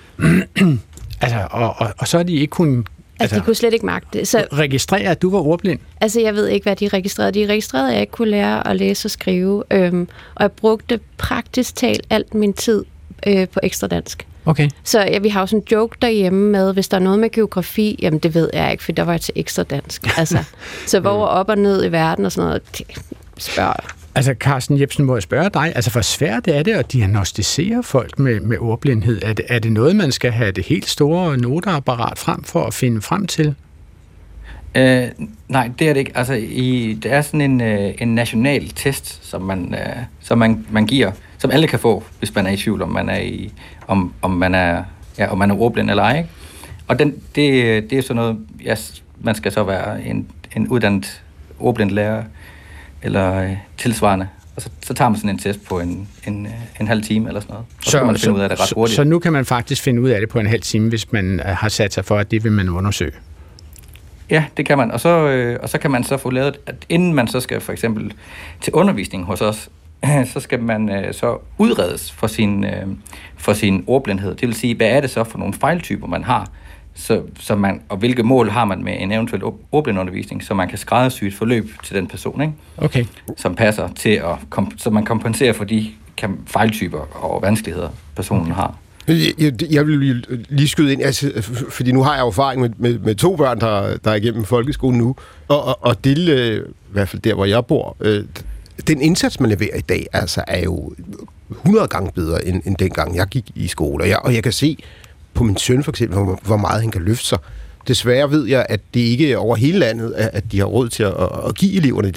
S3: Altså, og så er de ikke kun...
S4: Altså, de kunne slet ikke magte det. Så
S3: registrere, at du var ordblind?
S4: Altså, jeg ved ikke, hvad de registrerede. De registrerede, at jeg ikke kunne lære at læse og skrive. Og jeg brugte praktisk talt alt min tid på ekstra dansk.
S3: Okay.
S4: Så vi har jo sådan en joke derhjemme med, hvis der er noget med geografi, jamen det ved jeg ikke, for der var jeg til ekstra dansk. Altså, så hvor op og ned i verden og sådan noget, spørg.
S3: Altså, Carsten Jepsen, må jeg spørge dig, altså hvor svært er det at diagnostisere folk med ordblindhed? Er det noget, man skal have det helt store noteapparat frem for at finde frem til?
S1: Nej, det er det ikke. Altså, det er sådan en national test, som man giver, som alle kan få, hvis man er i tvivl, om man er ordblind eller ej. Ikke? Og det er sådan noget, man skal så være en uddannet ordblindlærer eller tilsvarende. Og så tager man sådan en test på en halv time eller sådan noget. Og så kan man finde ud af det ret hurtigt.
S3: Så nu kan man faktisk finde ud af det på en halv time, hvis man har sat sig for, at det vil man undersøge?
S1: Ja, det kan man. Og så kan man så få lavet, at inden man så skal for eksempel til undervisning hos os, så skal man så udredes for sin ordblindhed. Det vil sige, hvad er det så for nogle fejltyper, man har, og hvilke mål har man med en eventuel ordblindeundervisning, så man kan skræddersy et forløb til den person, ikke?
S3: Okay.
S1: Som passer til, så man kompenserer for de fejltyper og vanskeligheder, personen har.
S5: Jeg vil lige skyde ind, altså, fordi nu har jeg erfaring med 2 børn, der er igennem folkeskolen nu, og det, i hvert fald der, hvor jeg bor, den indsats, man leverer i dag, altså, er jo 100 gange bedre, end dengang jeg gik i skole. Og jeg kan se på min søn for eksempel, hvor meget han kan løfte sig. Desværre ved jeg, at det ikke er over hele landet, at de har råd til at give eleverne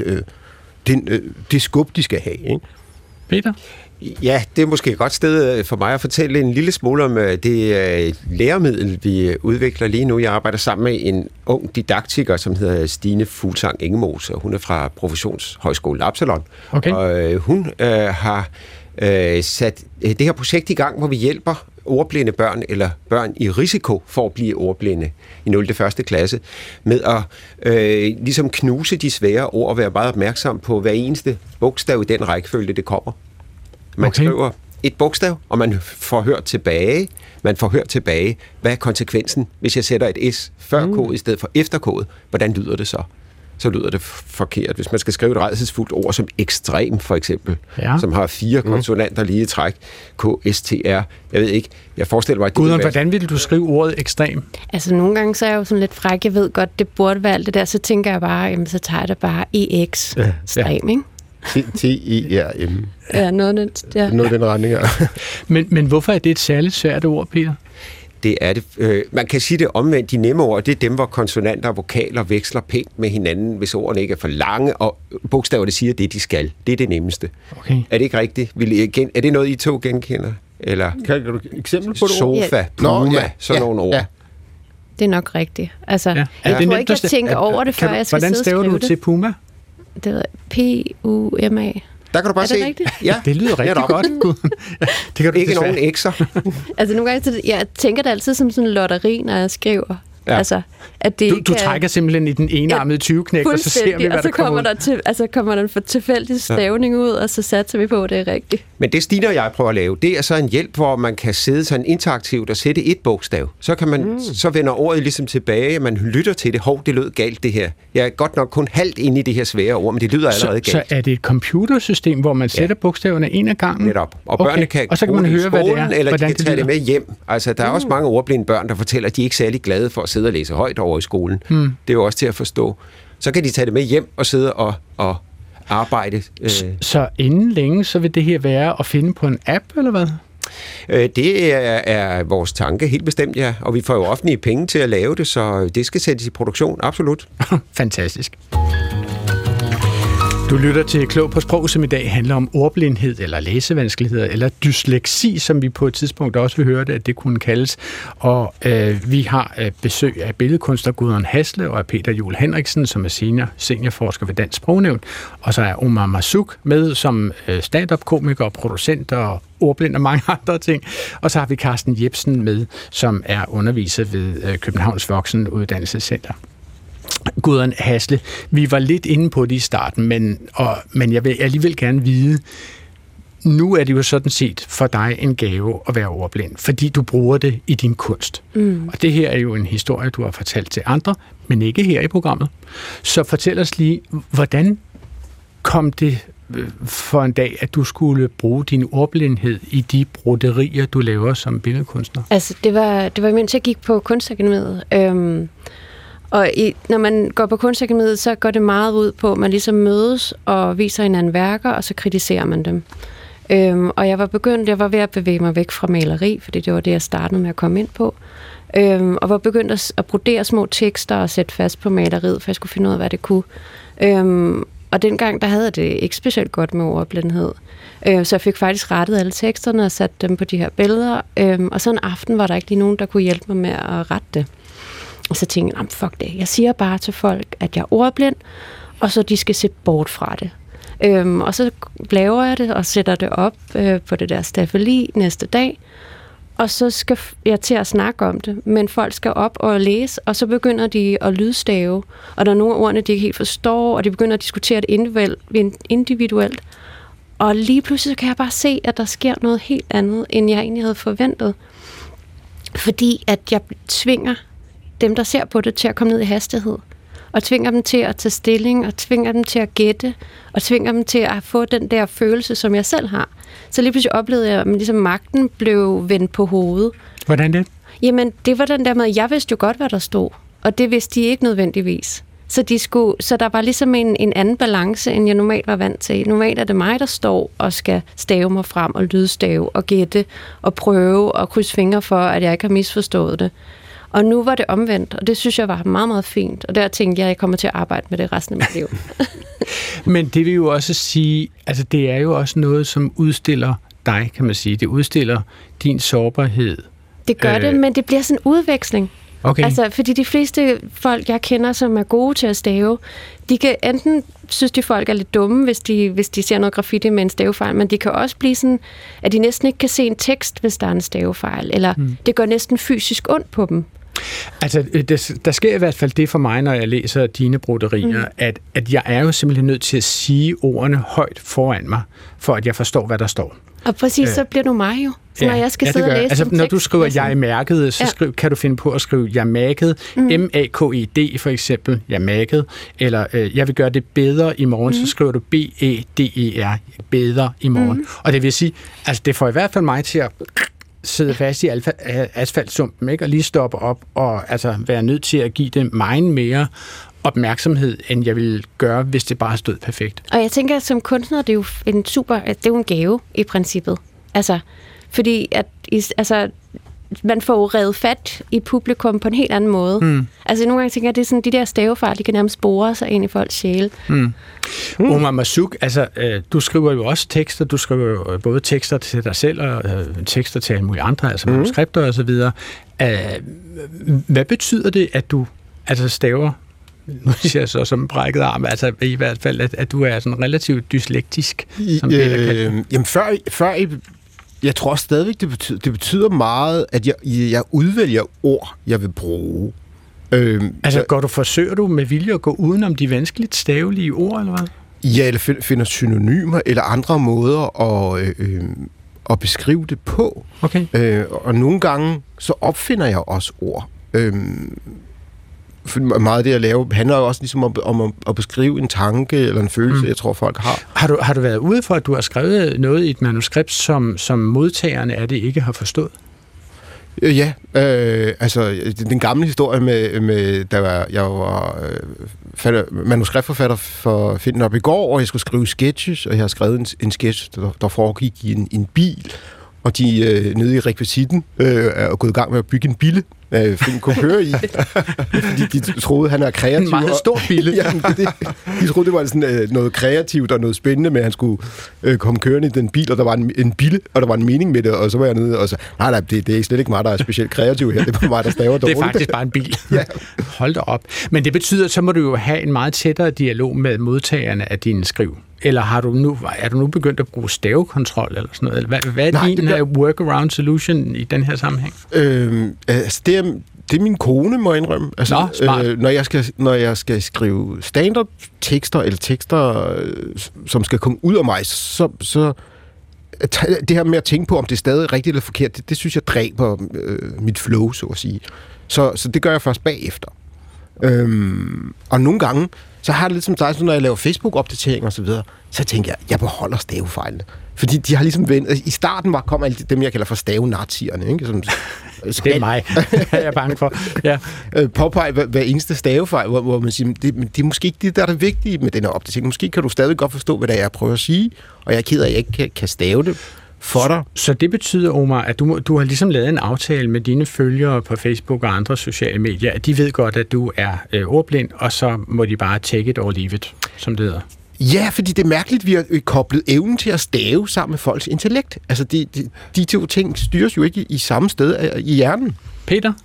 S5: det skub, de skal have. Ikke?
S3: Peter?
S6: Ja, det er måske et godt sted for mig at fortælle en lille smule om det læremiddel, vi udvikler lige nu. Jeg arbejder sammen med en ung didaktiker, som hedder Stine Fuglsang Ingemose, og hun er fra Professionshøjskolen Absalon. Okay. Og hun har sat det her projekt i gang, hvor vi hjælper ordblinde børn eller børn i risiko for at blive ordblinde i 0. til 1. klasse, med at ligesom knuse de svære ord og være meget opmærksom på hver eneste bogstav i den rækkefølge, det kommer. Man skriver et bogstav, og man får hørt tilbage. Hvad er konsekvensen, hvis jeg sætter et S før kode i stedet for efter kode? Hvordan lyder det så? Så lyder det forkert. Hvis man skal skrive et rædselsfuldt ord som ekstrem, for eksempel, som har 4 konsonanter lige i træk, K-S-T-R, jeg ved ikke, jeg forestiller mig, at
S3: Gudrun, hvordan vil du skrive ordet ekstrem?
S4: Altså, nogle gange så er jeg jo sådan lidt fræk, jeg ved godt, det burde være alt det der, så tænker jeg bare, jamen, så tager jeg det bare EX, ekstrem, ikke?
S5: T-E-R-M.
S4: Ja, noget af
S5: den retning her.
S3: Men hvorfor er det et særligt svært ord, Peter?
S6: Det er det. Man kan sige det omvendt. De nemme ord, det er dem, hvor konsonanter og vokaler veksler pænt med hinanden, hvis ordene ikke er for lange, og bogstaverne siger det, de skal. Det er det nemmeste. Okay. Er det ikke rigtigt? Er det noget, I 2 genkender? Eller
S5: kan du eksempel på det?
S6: Sofa, puma, sådan nogle ord. Ja.
S4: Det er nok rigtigt. Altså, jeg tror ikke, jeg tænker over det, før jeg skal sidde og skrive det.
S3: Hvordan staver du til puma?
S4: Det er P-U-M-A.
S6: Der kan du bare se.
S4: Rigtigt?
S6: Ja,
S3: det lyder rigtig godt. Ja, det kan du
S6: ikke nogen ekser.
S4: Altså nogle gange, jeg tænker det altid som sådan en lotteri, når jeg skriver. Ja. Altså, at det
S3: du trækker simpelthen i den enarmede 20-knæk, og så ser vi, hvad der kommer ud.
S4: Og så kommer der en tilfældig stavning ud, og så satser vi på, at det er rigtigt.
S6: Men det Stine og jeg prøver at lave, det er så en hjælp, hvor man kan sidde sådan interaktivt og sætte et bogstav. Så kan man, så vender ordet ligesom tilbage, man lytter til det. Det lød galt det her. Jeg er godt nok kun halvt inde i det her svære ord, men det lyder allerede galt.
S3: Så er det et computersystem, hvor man sætter bogstaverne en ad gangen?
S6: Netop. Og børnene kan
S3: og så kan man høre,
S6: skolen,
S3: hvad det er,
S6: eller de kan tage det med hjem. Altså, der er også mange ordblinde børn, der fortæller, at de ikke er særlig glade for at sidde og læse højt over i skolen. Det er jo også til at forstå. Så kan de tage det med hjem og sidde og arbejde.
S3: Så inden længe, så vil det her være at finde på en app, eller hvad?
S6: Det er vores tanke, helt bestemt, ja. Og vi får jo offentlige penge til at lave det, så det skal sættes i produktion, absolut.
S3: Fantastisk. Du lytter til Klog på Sprog, som i dag handler om ordblindhed, eller læsevanskeligheder, eller dysleksi, som vi på et tidspunkt også vil høre det, at det kunne kaldes. Og vi har besøg af billedkunstner Gudrun Hasle og af Peter Juel Henriksen, som er seniorforsker ved Dansk Sprognævn. Og så er Omar Marzouk med som stand-up-komiker og producent og ordblind og mange andre ting. Og så har vi Carsten Jebsen med, som er underviser ved Københavns Voksenuddannelsescenter. Gudrun Hasle, vi var lidt inde på det i starten, men jeg vil alligevel gerne vide, nu er det jo sådan set for dig en gave at være ordblind, fordi du bruger det i din kunst. Og det her er jo en historie, du har fortalt til andre, men ikke her i programmet. Så fortæl os lige, hvordan kom det for en dag, at du skulle bruge din ordblindhed i de broderier, du laver som billedkunstner?
S4: Altså, det var mens jeg gik på Kunstakademiet. Og når man går på Kunstakademiet, så går det meget ud på, at man ligesom mødes og viser hinanden værker, og så kritiserer man dem. Og jeg var ved at bevæge mig væk fra maleri, fordi det var det, jeg startede med at komme ind på. Og var begyndt at brodere små tekster og sætte fast på maleriet, for jeg skulle finde ud af, hvad det kunne. Og dengang, der havde jeg det ikke specielt godt med ordblindhed. Så jeg fik faktisk rettet alle teksterne og sat dem på de her billeder. Og så en aften var der ikke lige nogen, der kunne hjælpe mig med at rette det. Og så tænkte jeg, fuck det. Jeg siger bare til folk, at jeg er ordblind, og så de skal se bort fra det. Og så laver jeg det og sætter det op på det der staffeli næste dag. Og så skal jeg til at snakke om det, men folk skal op og læse, og så begynder de at lydstave. Og der er nogle af ordene, de ikke helt forstår, og de begynder at diskutere det individuelt. Og lige pludselig kan jeg bare se, at der sker noget helt andet, end jeg egentlig havde forventet. Fordi at jeg tvinger dem, der ser på det, til at komme ned i hastighed. Og tvinger dem til at tage stilling, og tvinger dem til at gætte, og tvinger dem til at få den der følelse, som jeg selv har. Så lige pludselig oplevede jeg, at ligesom magten blev vendt på hovedet.
S3: Hvordan det?
S4: Jamen, det var den der med, at jeg vidste jo godt, hvad der stod. Og det vidste de ikke nødvendigvis. Så der var ligesom en anden balance, end jeg normalt var vant til. Normalt er det mig, der står og skal stave mig frem og lydstave og gætte og prøve og krydse fingre for, at jeg ikke har misforstået det. Og nu var det omvendt, og det synes jeg var meget, meget fint. Og der tænkte jeg, at jeg kommer til at arbejde med det resten af mit liv.
S3: Men det vil jo også sige, altså det er jo også noget, som udstiller dig, kan man sige. Det udstiller din sårbarhed.
S4: Det gør det, men det bliver sådan en udveksling.
S3: Okay.
S4: Altså, fordi de fleste folk, jeg kender, som er gode til at stave, de kan enten synes, de folk er lidt dumme, hvis de ser noget graffiti med en stavefejl, men de kan også blive sådan, at de næsten ikke kan se en tekst, hvis der er en stavefejl, eller det gør næsten fysisk ondt på dem.
S3: Altså, der sker i hvert fald det for mig, når jeg læser dine broderier, at jeg er jo simpelthen nødt til at sige ordene højt foran mig, for at jeg forstår, hvad der står.
S4: Og præcis, så bliver du mig jo. Så når jeg skal sidde og læse
S3: altså,
S4: en
S3: når
S4: tekst,
S3: du skriver, jeg mærkede, så kan du finde på at skrive, jeg mærkede, M-A-K-E-D for eksempel, jeg mærkede, eller jeg vil gøre det bedre i morgen, så skriver du B-E-D-E-R, bedre i morgen. Og det vil sige, altså det får i hvert fald mig til at sidde fast i asfaltsumpen, ikke? Og lige stoppe op og altså være nødt til at give det meget mere opmærksomhed, end jeg ville gøre, hvis det bare stod perfekt.
S4: Og jeg tænker, at som kunstner, det er jo en gave i princippet. Altså, fordi at, man får jo revet fat i publikum på en helt anden måde. Altså nogle gange tænker jeg, at det er sådan, de der stavefejl, de kan nærmest spore sig ind i folks sjæle.
S3: Omar Marzouk, altså du skriver jo også tekster, du skriver jo både tekster til dig selv og tekster til alle mulige andre, altså manuskripter og så videre. Hvad betyder det, at du altså staver, nu siger jeg så som en brækket arm, altså i hvert fald, at du er sådan relativt dyslektisk, som Peter kalder.
S5: Jamen før jeg tror stadigvæk, det betyder meget, at jeg udvælger ord, jeg vil bruge.
S3: Forsøger du med vilje at gå udenom de vanskeligt stavelige ord, eller hvad?
S5: Ja, eller finder synonymer, eller andre måder at beskrive det på.
S3: Okay.
S5: Og nogle gange, så opfinder jeg også ord. For meget af det, jeg laver, handler jo også ligesom om at beskrive en tanke eller en følelse, jeg tror, folk har.
S3: Har du været ude for, at du har skrevet noget i et manuskript, som modtagerne af det ikke har forstået?
S5: Ja, den gamle historie med jeg var manuskriptforfatter for Finden op i går, og jeg skulle skrive sketches, og jeg har skrevet en sketch, der foregik i en bil, og de nede i rekvisitten er gået i gang med at bygge en bille, Finn kunne køre i. Fordi de troede, han er kreativ.
S3: En meget stor bille.
S5: De troede, det var sådan, noget kreativt og noget spændende, med at han skulle komme kørende i den bil, og der var en bille, og der var en mening med det, og så var jeg nede og så, nej, det er slet ikke mig, der er specielt kreativ her, det er bare mig, der staver dårligt.
S3: Det er faktisk bare en bil.
S5: Ja.
S3: Hold da op. Men det betyder, så må du jo have en meget tættere dialog med modtagerne af dine skriv. Eller er du nu begyndt at bruge stavekontrol eller sådan noget? Hvad er din workaround solution i den her sammenhæng?
S5: Det er min kone, må jeg indrømme. Altså,
S3: smart.
S5: Når jeg skal skrive stand-up-tekster, eller tekster, som skal komme ud af mig, så det her med at tænke på, om det er stadig rigtigt eller forkert, det synes jeg dræber mit flow, så at sige. Så det gør jeg først bagefter. Og nogle gange, så har det lidt som dig, når jeg laver Facebook-opdateringer og så videre, så tænker jeg beholder stavefejlene. Fordi de har ligesom vendt. I starten kom alle dem, jeg kalder for stavenazierne, ikke?
S3: Det er mig, jeg er bange for. Ja.
S5: Påpege hver eneste stavefejl, hvor man siger, det er måske ikke det, der er det vigtige med den her opdatering. Måske kan du stadig godt forstå, hvad det er, jeg prøver at sige, og jeg er ked af, at jeg ikke kan stave det for dig.
S3: Så det betyder, Omar, at du har ligesom lavet en aftale med dine følgere på Facebook og andre sociale medier, at de ved godt, at du er ordblind, og så må de bare take it or leave it, som det hedder.
S5: Ja, fordi det er mærkeligt, vi har koblet evnen til at stave sammen med folks intellekt. Altså, de to ting styres jo ikke i samme sted i hjernen.
S3: Peter?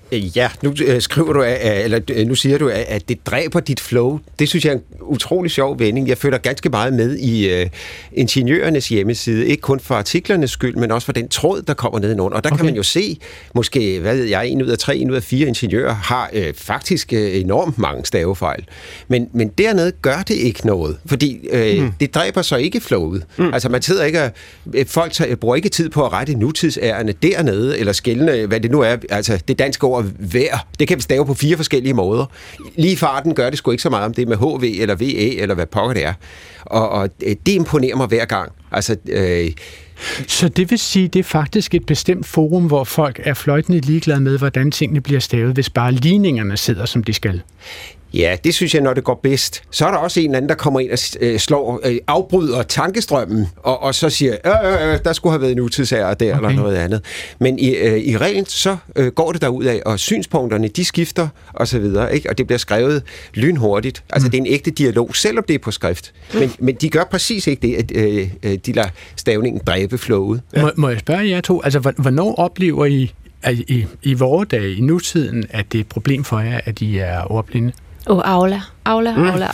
S6: Ja, nu skriver du, eller nu siger du, at det dræber dit flow. Det synes jeg er en utrolig sjov vending. Jeg følger ganske meget med i ingeniørernes hjemmeside, ikke kun for artiklernes skyld, men også for den tråd, der kommer nedenunder. Og der kan man jo se, måske, hvad ved jeg, 1 ud af 3, 1 ud af 4 ingeniører har faktisk enormt mange stavefejl. Men dernede gør det ikke noget, fordi det dræber så ikke flowet. Altså man sidder ikke folk bruger ikke tid på at rette nutidsærende dernede, eller skelne, hvad det nu er, altså det danske ord vejr, det kan vi stave på 4 forskellige måder. Lige i farten gør det sgu ikke så meget om det med HV eller VE, eller hvad pokker det er. Og det imponerer mig hver gang. Altså,
S3: Så det vil sige, det er faktisk et bestemt forum, hvor folk er fløjtende ligeglade med, hvordan tingene bliver stavet, hvis bare ligningerne sidder, som de skal.
S6: Ja, det synes jeg, når det går bedst. Så er der også en eller anden, der kommer ind og afbryder tankestrømmen, og så siger, der skulle have været nutidsære der, eller noget andet. Men i reglen, så går det derudad, og synspunkterne, de skifter, og så videre, ikke? Og det bliver skrevet lynhurtigt. Altså, det er en ægte dialog, selvom det er på skrift. Men de gør præcis ikke det, at de lader stavningen dræbe flowet. Ja.
S3: Må jeg spørge jer to, altså, hvornår oplever I vore dage, i nutiden, at det er et problem for jer, at I er ordblinde?
S4: Aula. Aula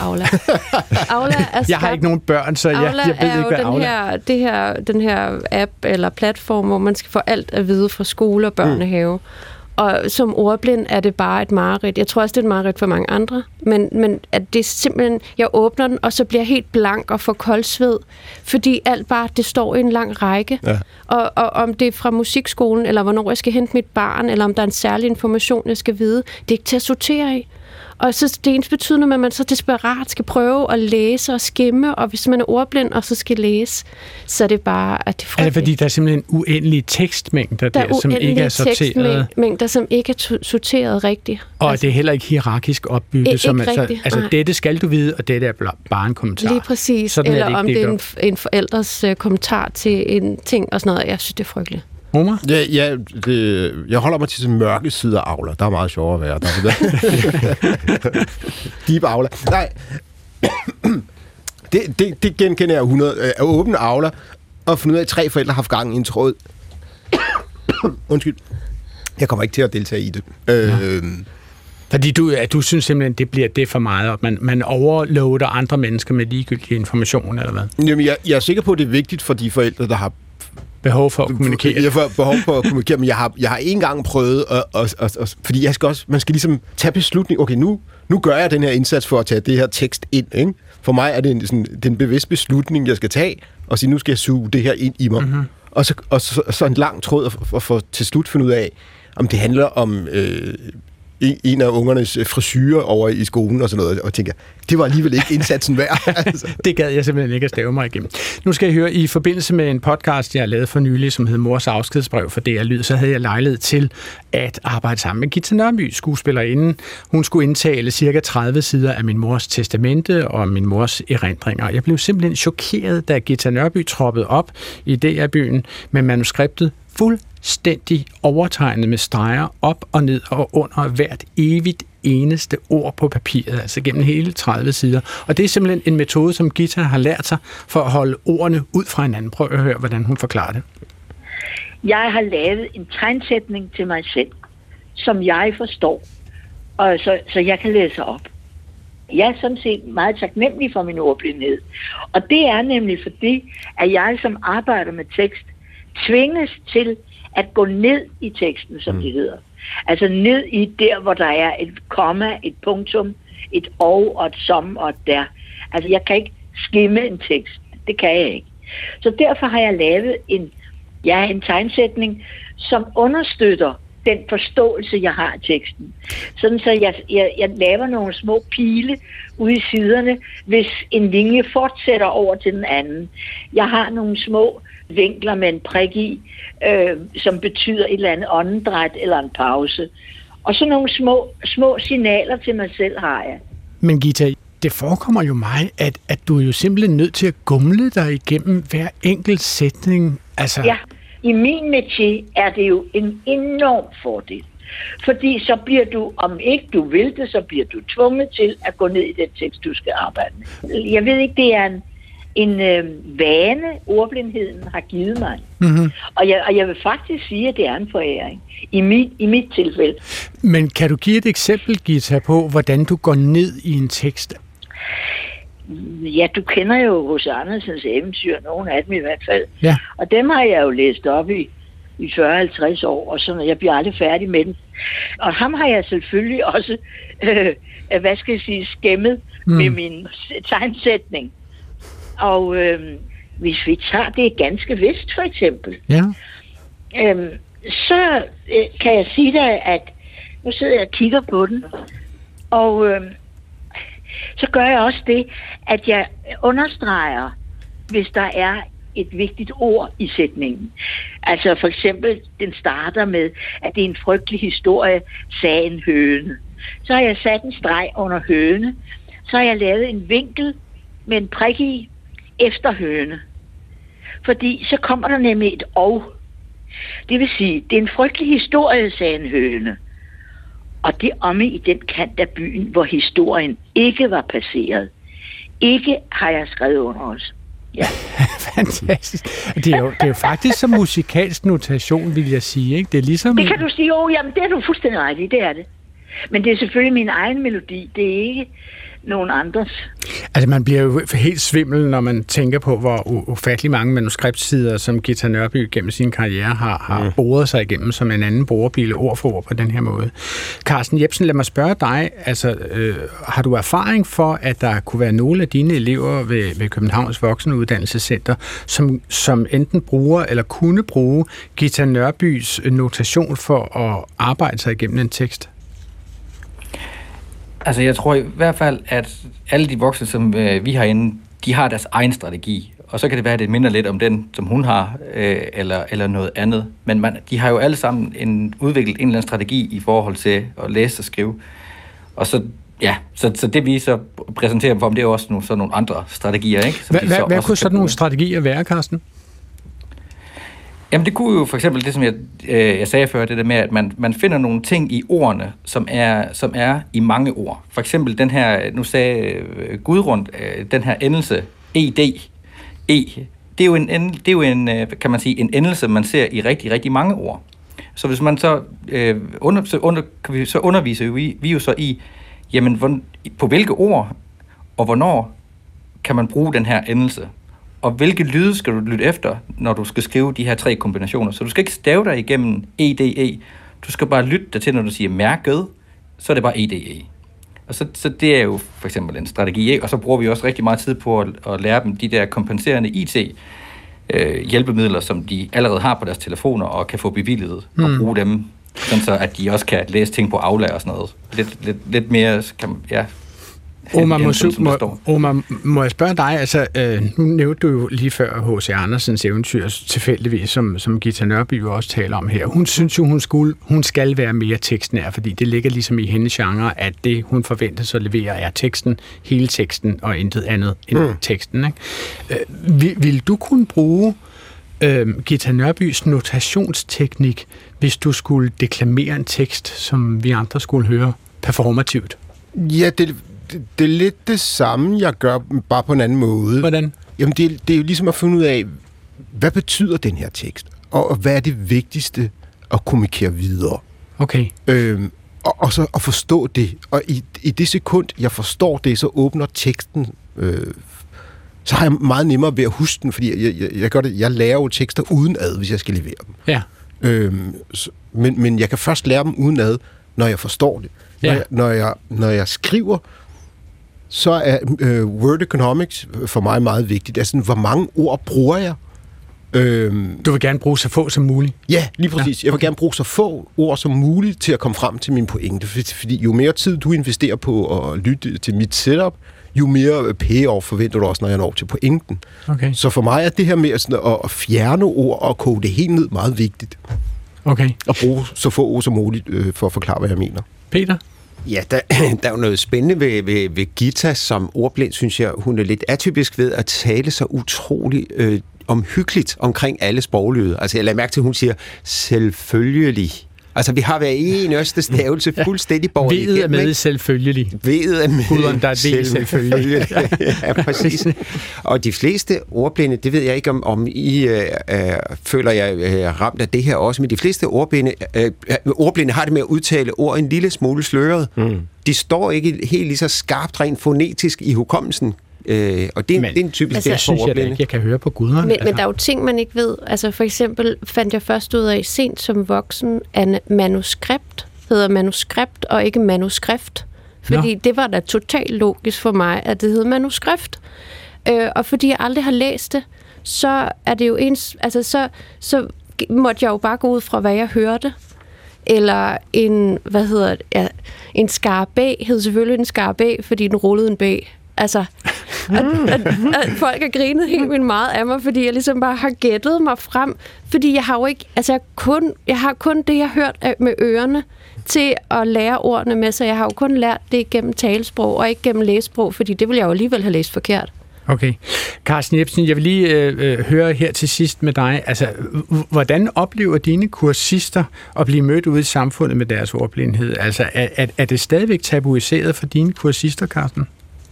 S4: er
S3: jeg har ikke nogen børn, så jeg ved ikke, hvad Aula
S4: er. Den her app eller platform, hvor man skal få alt at vide fra skole og børnehave. Og som ordblind er det bare et mareridt. Jeg tror også, det er et mareridt for mange andre. Men at det er simpelthen, jeg åbner den, og så bliver jeg helt blank og får koldsved. Fordi alt bare, det står i en lang række. Ja. Og om det er fra musikskolen, eller hvornår jeg skal hente mit barn, eller om der er en særlig information, jeg skal vide, det er ikke til at sortere i. Og så det er ens betydende med, at man så desperat skal prøve at læse og skimme, og hvis man er ordblind og så skal læse, så er det bare, at det er frygteligt.
S3: Er det fordi, der er simpelthen uendelige tekstmængder der som ikke er sorteret? Der er
S4: tekstmængder, som ikke er sorteret rigtigt.
S3: Og altså, det er heller ikke hierarkisk opbygget, som altså dette skal du vide, og dette er bare en kommentar.
S4: Lige præcis. Sådan eller det om det er en forældres kommentar til en ting og sådan noget. Jeg synes, det er frygteligt.
S3: Omar?
S5: Ja, jeg holder mig til sådan mørke sider af Aula. Der er meget sjovere at være. Deep Aula. Nej. det genkender jeg 100. At åbne Aula og finde ud af, at 3 forældre har haft gang i en tråd. Undskyld. Jeg kommer ikke til at deltage i det.
S3: Fordi du synes simpelthen, det er for meget, og man overloader andre mennesker med ligegyldig information, eller hvad?
S5: Jamen, jeg er sikker på, at det er vigtigt for de forældre, der har
S3: behov for at kommunikere.
S5: Jeg har behov for at kommunikere, men jeg har en gang prøvet, fordi man skal ligesom tage beslutning. Okay, nu gør jeg den her indsats for at tage det her tekst ind. Ikke? For mig er det en bevidst beslutning, jeg skal tage, og sige, nu skal jeg suge det her ind i mig. Mm-hmm. Og så en lang tråd at få til slut finde ud af, om det handler om en af ungernes frisyrer over i skolen og sådan noget, og tænker, det var alligevel ikke indsatsen værd. Altså.
S3: Det gad jeg simpelthen ikke at stave mig igennem. Nu skal jeg høre, i forbindelse med en podcast, jeg har lavet for nylig, som hedder Mors afskedsbrev for DR Lyd, så havde jeg lejlighed til at arbejde sammen med Githa Nørby, skuespillerinde. Hun skulle indtale cirka 30 sider af min mors testamente og min mors erindringer. Jeg blev simpelthen chokeret, da Githa Nørby troppede op i DR-byen med manuskriptet fuldstændig overtegnet med streger op og ned og under hvert evigt eneste ord på papiret, altså gennem hele 30 sider. Og det er simpelthen en metode, som Githa har lært sig for at holde ordene ud fra hinanden. Prøv at høre, hvordan hun forklarer det.
S2: Jeg har lavet en tegnsætning til mig selv, som jeg forstår, og så jeg kan læse op. Jeg er sådan set meget taknemmelig for min ordblindhed. Og det er nemlig fordi, at jeg som arbejder med tekst, tvinges til at gå ned i teksten, som det hedder. Altså ned i der, hvor der er et komma, et punktum, et og et som og et der. Altså jeg kan ikke skimme en tekst. Det kan jeg ikke. Så derfor har jeg lavet en tegnsætning, som understøtter den forståelse, jeg har af teksten. Sådan så jeg laver nogle små pile ude i siderne, hvis en linje fortsætter over til den anden. Jeg har nogle små vinkler med en prik i, som betyder et eller andet åndedræt eller en pause. Og så nogle små signaler til mig selv har jeg.
S3: Men Githa, det forekommer jo mig, at du er jo simpelthen nødt til at gumle dig igennem hver enkelt sætning. Altså...
S2: Ja, i min métier er det jo en enorm fordel. Fordi så bliver du, om ikke du vil det, så bliver du tvunget til at gå ned i den tekst, du skal arbejde med. Jeg ved ikke, det er en vane, ordblindheden har givet mig.
S3: Mm-hmm.
S2: Og jeg vil faktisk sige, at det er en foræring. I mit tilfælde.
S3: Men kan du give et eksempel, Githa, på, hvordan du går ned i en tekst?
S2: Ja, du kender jo H.C. Andersens eventyr, nogle af dem i hvert fald.
S3: Ja.
S2: Og dem har jeg jo læst op i 40-50 år, og sådan, jeg bliver aldrig færdig med dem. Og ham har jeg selvfølgelig også, skæmmet med min tegnsætning. Og hvis vi tager det ganske vist, for eksempel, så kan jeg sige dig, at nu sidder jeg og kigger på den, og så gør jeg også det, at jeg understreger, hvis der er et vigtigt ord i sætningen. Altså for eksempel, den starter med, at det er en frygtelig historie, sagde en høne. Så har jeg sat en streg under høne, så har jeg lavet en vinkel med en prik i efter høne. Fordi så kommer der nemlig et og. Det vil sige, det er en frygtelig historie, sagde en høne. Og det omme i den kant af byen, hvor historien ikke var passeret. Ikke har jeg skrevet under os. Ja.
S3: Fantastisk. Det er jo faktisk som musikalsk notation, vil jeg sige, ikke? Det er ligesom...
S2: Det kan du sige, jamen det er du fuldstændig ret i, det er det. Men det er selvfølgelig min egen melodi, det er ikke nogen andres.
S3: Altså man bliver jo helt svimmel, når man tænker på, hvor ufattelig mange manuskriptsider, som Githa Nørby gennem sin karriere har boret sig igennem, som en anden borerbile ord for ord på den her måde. Carsten Jepsen, lad mig spørge dig, altså har du erfaring for, at der kunne være nogle af dine elever ved Københavns Voksenuddannelsescenter, som enten bruger eller kunne bruge Githa Nørbys notation for at arbejde sig igennem en tekst?
S1: Altså, jeg tror i hvert fald, at alle de voksne, som vi har inde, de har deres egen strategi. Og så kan det være, at det minder lidt om den, som hun har, eller noget andet. Men de har jo alle sammen udviklet en eller anden strategi i forhold til at læse og skrive. Og så, ja, så det vi så præsenterer for dem, det er jo også sådan nogle andre strategier, ikke?
S3: Hvad kunne sådan nogle strategier være, Carsten?
S1: Jamen det kunne jo for eksempel det, som jeg sagde før, det der med, at man finder nogle ting i ordene, som er i mange ord. For eksempel den her, nu sagde Gudrun, den her endelse, ed, det er jo en kan man sige, en endelse, man ser i rigtig, rigtig mange ord. Så hvis man så, underviser vi jo så i, jamen på hvilke ord, og hvornår kan man bruge den her endelse. Og hvilke lyde skal du lytte efter, når du skal skrive de her 3 kombinationer? Så du skal ikke stave dig igennem EDE. Du skal bare lytte dig til, når du siger mærket, så er det bare EDE. Og så det er jo for eksempel en strategi, ikke? Og så bruger vi også rigtig meget tid på at lære dem de der kompenserende IT-hjælpemidler, som de allerede har på deres telefoner, og kan få bevilget og bruge dem, sådan så at de også kan læse ting på Aula og sådan noget. Lidt mere,
S3: Omar, må jeg spørge dig, altså nu nævnte du jo lige før H.C. Andersens eventyr tilfældigvis, som Githa Nørby jo også taler om her. Hun synes jo, hun skal være mere tekstnær, fordi det ligger ligesom i hendes genre, at det, hun forventes at levere, er teksten, hele teksten og intet andet end teksten. Ikke? Vil du kunne bruge Githa Nørbys notationsteknik, hvis du skulle deklamere en tekst, som vi andre skulle høre performativt?
S5: Ja, det er lidt det samme, jeg gør, bare på en anden måde.
S3: Hvordan?
S5: Jamen, det er jo ligesom at finde ud af, hvad betyder den her tekst? Og hvad er det vigtigste at kommunikere videre?
S3: Okay.
S5: Og så at forstå det. Og i det sekund, jeg forstår det, så åbner teksten... så har jeg meget nemmere ved at huske den, fordi jeg gør det. Jeg lærer jo tekster udenad, hvis jeg skal levere dem.
S3: Ja.
S5: Men jeg kan først lære dem udenad, når jeg forstår det. Ja. Når jeg skriver, så er word economics for mig meget vigtigt. Altså, hvor mange ord bruger jeg?
S3: Du vil gerne bruge så få som muligt?
S5: Ja, lige præcis. Ja. Jeg vil gerne bruge så få ord som muligt til at komme frem til min pointe. Fordi jo mere tid du investerer på at lytte til mit setup, jo mere payoff forventer du også, når jeg når til pointen. Okay. Så for mig er det her med sådan at fjerne ord og koge det helt ned meget vigtigt.
S3: Okay.
S5: Og bruge så få ord som muligt for at forklare, hvad jeg mener.
S3: Peter?
S6: Ja, der er jo noget spændende ved Githa som ordblind, synes jeg. Hun er lidt atypisk ved at tale så utroligt omhyggeligt omkring alle sproglyde. Altså, jeg lader mærke til, at hun siger selvfølgelig. Altså, vi har hver eneste stavelse fuldstændig borget igennem.
S3: Vedet er med selvfølgelig.
S6: Vedet er med.
S3: Guderen, der er ved selvfølgelig.
S6: Ja, præcis. Og de fleste ordblinde, det ved jeg ikke, om I føler jeg ramt af det her også, men de fleste ordblinde har det med at udtale ord en lille smule sløret. De står ikke helt lige så skarpt rent fonetisk i hukommelsen. Og det er en typisk
S4: altså,
S6: del for ordblinde.
S3: Jeg kan høre på Guderen.
S4: Men der er jo ting, man ikke ved. Altså for eksempel fandt jeg først ud af sent som voksen, at manuskript hedder manuskript og ikke manuskrift. Fordi det var da totalt logisk for mig, at det hed manuskrift. Og fordi jeg aldrig har læst det, så er det jo så måtte jeg jo bare gå ud fra, hvad jeg hørte. Eller en skarabæ hed selvfølgelig en skarabæ, fordi den rullede en bæ. Altså, at folk har grinet helt vildt meget af mig, fordi jeg ligesom bare har gættet mig frem. Fordi jeg har jo ikke, altså jeg har kun det, jeg har hørt med ørerne til at lære ordene med, så jeg har jo kun lært det gennem talesprog og ikke gennem læsesprog, fordi det ville jeg jo alligevel have læst forkert.
S3: Okay. Carsten Jepsen, jeg vil lige høre her til sidst med dig. Altså, hvordan oplever dine kursister at blive mødt ude i samfundet med deres ordblindhed? Altså, er det stadigvæk tabuiseret for dine kursister, Carsten?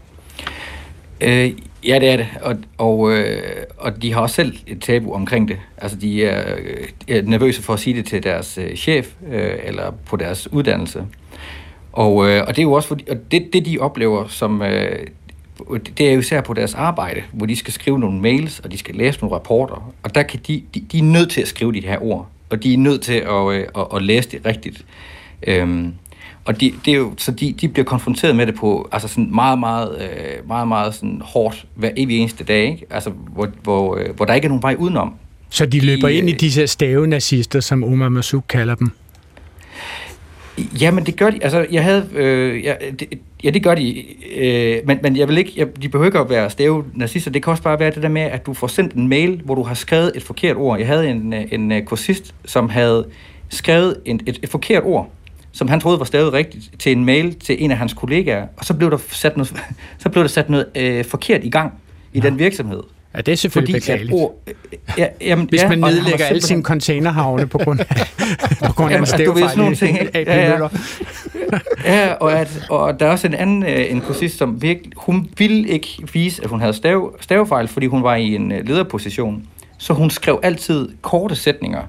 S1: Ja, det er det, og de har også selv et tabu omkring det. Altså, de er nervøse for at sige det til deres chef eller på deres uddannelse. Og det er jo også fordi, og det de oplever som det er jo især på deres arbejde, hvor de skal skrive nogle mails og de skal læse nogle rapporter, og der kan de er nødt til at skrive de her ord, og de er nødt til at læse det rigtigt. Og det er jo, så de bliver konfronteret med det på altså sådan meget sådan hårdt hver evig eneste dag, ikke? Altså hvor der ikke er nogen vej udenom.
S3: Så de løber ind i disse stave-nazister, som Omar Marzouk kalder dem?
S1: Jamen det gør de. Altså jeg havde det gør de. Men jeg vil ikke. De behøver ikke at være stave-nazister. Det kan også bare være det der med, at du får sendt en mail, hvor du har skrevet et forkert ord. Jeg havde en kursist, som havde skrevet et forkert ord, som han troede var stavet rigtigt, til en mail til en af hans kollegaer, og så blev der sat noget forkert i gang i den virksomhed.
S3: Ja, det er selvfølgelig beklageligt. Hvis man nedlægger alle sine containerhavne på grund af en stævfejl i AP-møller.
S1: Ja, og der er også en anden en kursist, som virkelig, hun ville ikke vise, at hun havde stavefejl, fordi hun var i en lederposition. Så hun skrev altid korte sætninger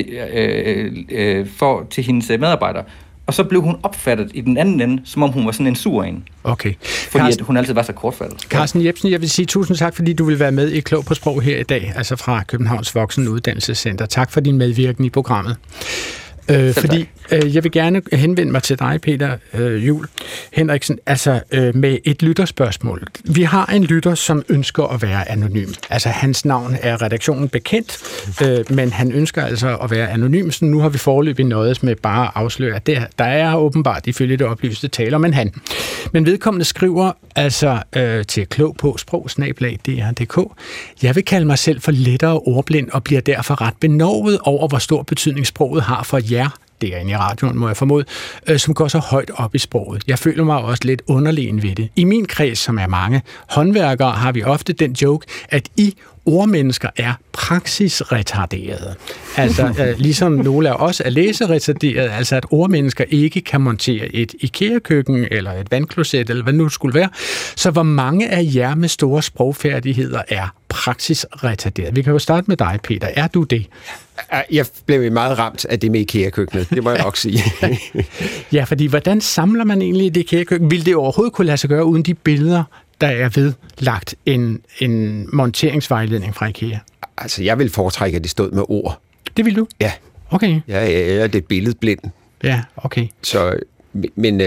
S1: til hendes medarbejdere. Og så blev hun opfattet i den anden ende, som om hun var sådan en sur en.
S3: Okay.
S1: Fordi at hun altid var så kortfattet.
S3: Carsten Jepsen, jeg vil sige tusind tak, fordi du vil være med i Klog på Sprog her i dag, altså fra Københavns Voksenuddannelsescenter. Tak for din medvirken i programmet. Fordi jeg vil gerne henvende mig til dig, Peter Juel Henriksen, altså med et lytterspørgsmål. Vi har en lytter, som ønsker at være anonym. Altså hans navn er redaktionen bekendt, men han ønsker altså at være anonym, så nu har vi foreløbig nøjes med bare at afsløre, at der er åbenbart ifølge det oplyste taler, men vedkommende skriver altså til klog på sprog@dr.dk. Jeg vil kalde mig selv for lettere ordblind og bliver derfor ret benovet over, hvor stor betydning sproget har for jer, derinde i radioen, må jeg formode, som går så højt op i sproget. Jeg føler mig også lidt underlegen ved det. I min kreds, som er mange håndværkere, har vi ofte den joke, at I ordmennesker er praksisretarderede. Altså, ligesom nogle af os er læseretarderede, altså at ordmennesker ikke kan montere et IKEA-køkken eller et vandkloset, eller hvad nu skulle være. Så hvor mange af jer med store sprogfærdigheder er praksisretarderede? Vi kan jo starte med dig, Peter. Er du det?
S6: Jeg blev meget ramt af det med IKEA-køkkenet, det må jeg nok sige.
S3: Ja, fordi hvordan samler man egentlig et IKEA-køkken? Vil det overhovedet kunne lade sig gøre uden de billeder, der er vedlagt en monteringsvejledning fra IKEA? Altså,
S6: jeg vil foretrække, at det stod med ord.
S3: Det vil du?
S6: Ja.
S3: Okay.
S6: Ja, det er billedblind.
S3: Ja, okay.
S6: Så, men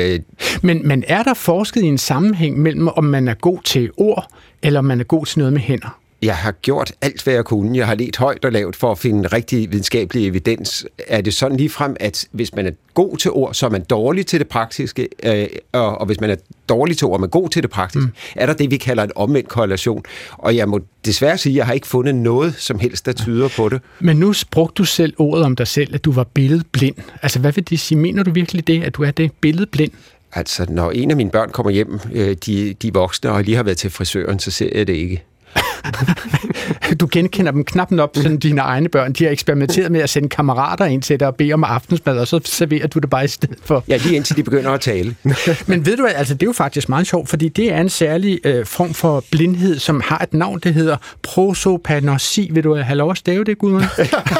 S3: er der forsket i en sammenhæng mellem, om man er god til ord, eller om man er god til noget med hænder?
S6: Jeg har gjort alt, hvad jeg kunne. Jeg har ledt højt og lavt for at finde rigtig videnskabelig evidens. Er det sådan ligefrem, at hvis man er god til ord, så er man dårlig til det praktiske, og hvis man er dårlig til ord, og man er god til det praktiske, er der det, vi kalder en omvendt korrelation. Og jeg må desværre sige, at jeg har ikke fundet noget som helst, der tyder på det. Men
S3: nu brugte du selv ordet om dig selv, at du var billedblind. Altså, hvad vil det sige? Mener du virkelig det, at du er det, billedblind?
S6: Altså, når en af mine børn kommer hjem, de voksne, og lige har været til frisøren, så ser jeg det ikke.
S3: Du genkender dem knap nok som dine egne børn. De har eksperimenteret med at sende kammerater ind til dig og bede om aftensmad, og så serverer du det bare i stedet for.
S6: Ja, lige indtil de begynder at tale.
S3: Men ved du hvad, altså det er jo faktisk meget sjovt, fordi det er en særlig form for blindhed, som har et navn, det hedder prosopanoresi. Vil du have lov at stave det, Gudrun?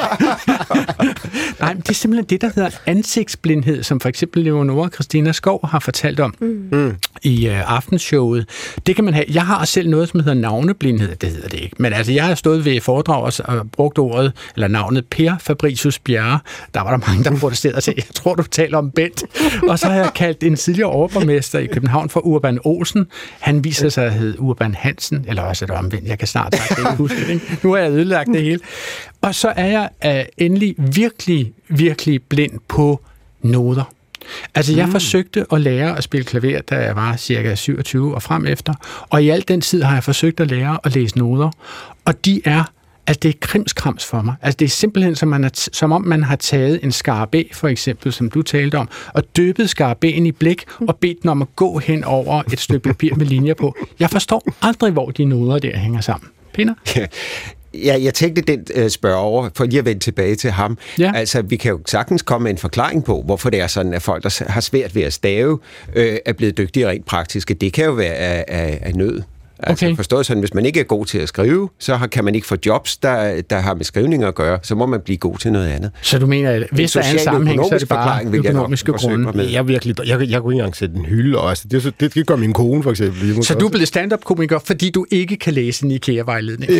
S3: Nej, men det er simpelthen det, der hedder ansigtsblindhed, som for eksempel Leonora Christina Skov har fortalt om i aftenshowet. Det kan man have. Jeg har selv noget, som hedder navneblindhed. Det hedder det ikke. Men altså, jeg har stået ved foredrag og brugt ordet, eller navnet Per Fabricius Bjerre. Der var der mange, der protesterede og sagde, jeg tror, du taler om Bent. Og så har jeg kaldt en tidligere overborgmester i København for Urban Olsen. Han viser sig at hedde Urban Hansen, eller også er det omvendt. Jeg kan snart sagt det, huske det, ikke? Nu har jeg ødelagt det hele. Og så er jeg endelig virkelig, virkelig blind på noder. Altså, jeg forsøgte at lære at spille klaver, da jeg var cirka 27 og frem efter, og i al den tid har jeg forsøgt at lære at læse noder, og det er krimskrams for mig. Altså, det er simpelthen, som om man har taget en skarabæ, for eksempel, som du talte om, og døbet skarabæen i blik, og bedt den om at gå hen over et stykke papir med linjer på. Jeg forstår aldrig, hvor de noder der hænger sammen. Peter?
S6: Ja, jeg tænkte den spørge over, for lige at vende tilbage til ham.
S3: Ja.
S6: Altså, vi kan jo sagtens komme med en forklaring på, hvorfor det er sådan, at folk, der har svært ved at stave, er blevet dygtige rent praktiske. Det kan jo være af nød. Altså,
S3: okay.
S6: Forstået sådan, hvis man ikke er god til at skrive, så kan man ikke få jobs, der har med skrivning at gøre. Så må man blive god til noget andet.
S3: Så du mener, at hvis der er en sammenhæng, så er det bare økonomiske grunde?
S5: Jeg kunne ikke engang sætte en hylde, og altså, det gør min kone for eksempel.
S3: Så du er blevet stand-up-komiker, fordi du ikke kan læse en IKEA-vejledning?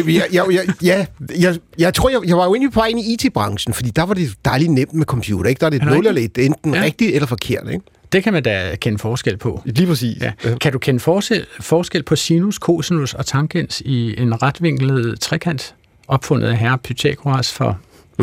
S5: Jeg tror, jeg var jo egentlig på vej ind i IT-branchen, fordi der var det dejligt nemt med computer, ikke? Der er det et nul eller et, enten rigtigt eller forkert, ikke?
S3: Det kan man da kende forskel på.
S5: Lige præcis.
S3: Ja. Kan du kende forskel på sinus, cosinus og tangens i en retvinklet trekant, opfundet af herre Pythagoras for, 3.100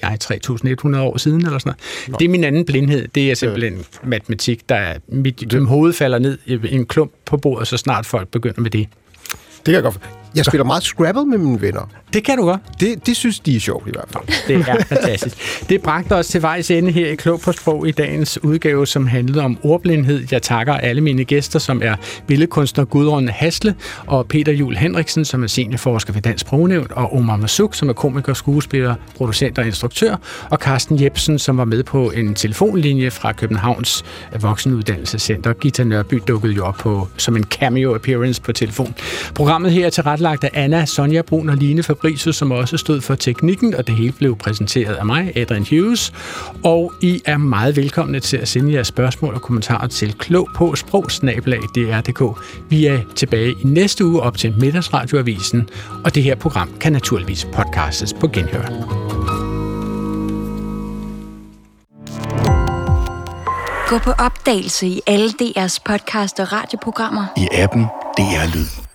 S3: år siden eller sådan noget? Det er min anden blindhed. Det er simpelthen matematik, der mit hoved falder ned i en klump på bordet, så snart folk begynder med det.
S5: Det kan jeg godt. Jeg spiller meget Scrabble med mine venner.
S3: Det kan du godt.
S5: Det synes de er sjovt i hvert fald.
S3: Det er fantastisk. Det bragte os til vejs ende her i Klog på Sprog i dagens udgave, som handlede om ordblindhed. Jeg takker alle mine gæster, som er billedkunstner Gudrun Hasle og Peter Juel Henriksen, som er seniorforsker ved Dansk Sprognævn, og Omar Masuk, som er komiker, skuespiller, producent og instruktør, og Carsten Jebsen, som var med på en telefonlinje fra Københavns Voksenuddannelsescenter. Gita Nørby dukkede jo op som en cameo appearance på telefon. Programmet her er tilrettelagt af Anna, Sonja Brun og Line Fabricius, som også stod for teknikken, og det hele blev præsenteret af mig, Adrian Hughes. Og I er meget velkomne til at sende jeres spørgsmål og kommentarer til klog-på-sprog@dr.dk. Vi er tilbage i næste uge op til Middagsradioavisen, og det her program kan naturligvis podcastes på genhør.
S7: Gå på opdagelse i alle DR's podcast og radioprogrammer.
S8: I appen DR Lyd.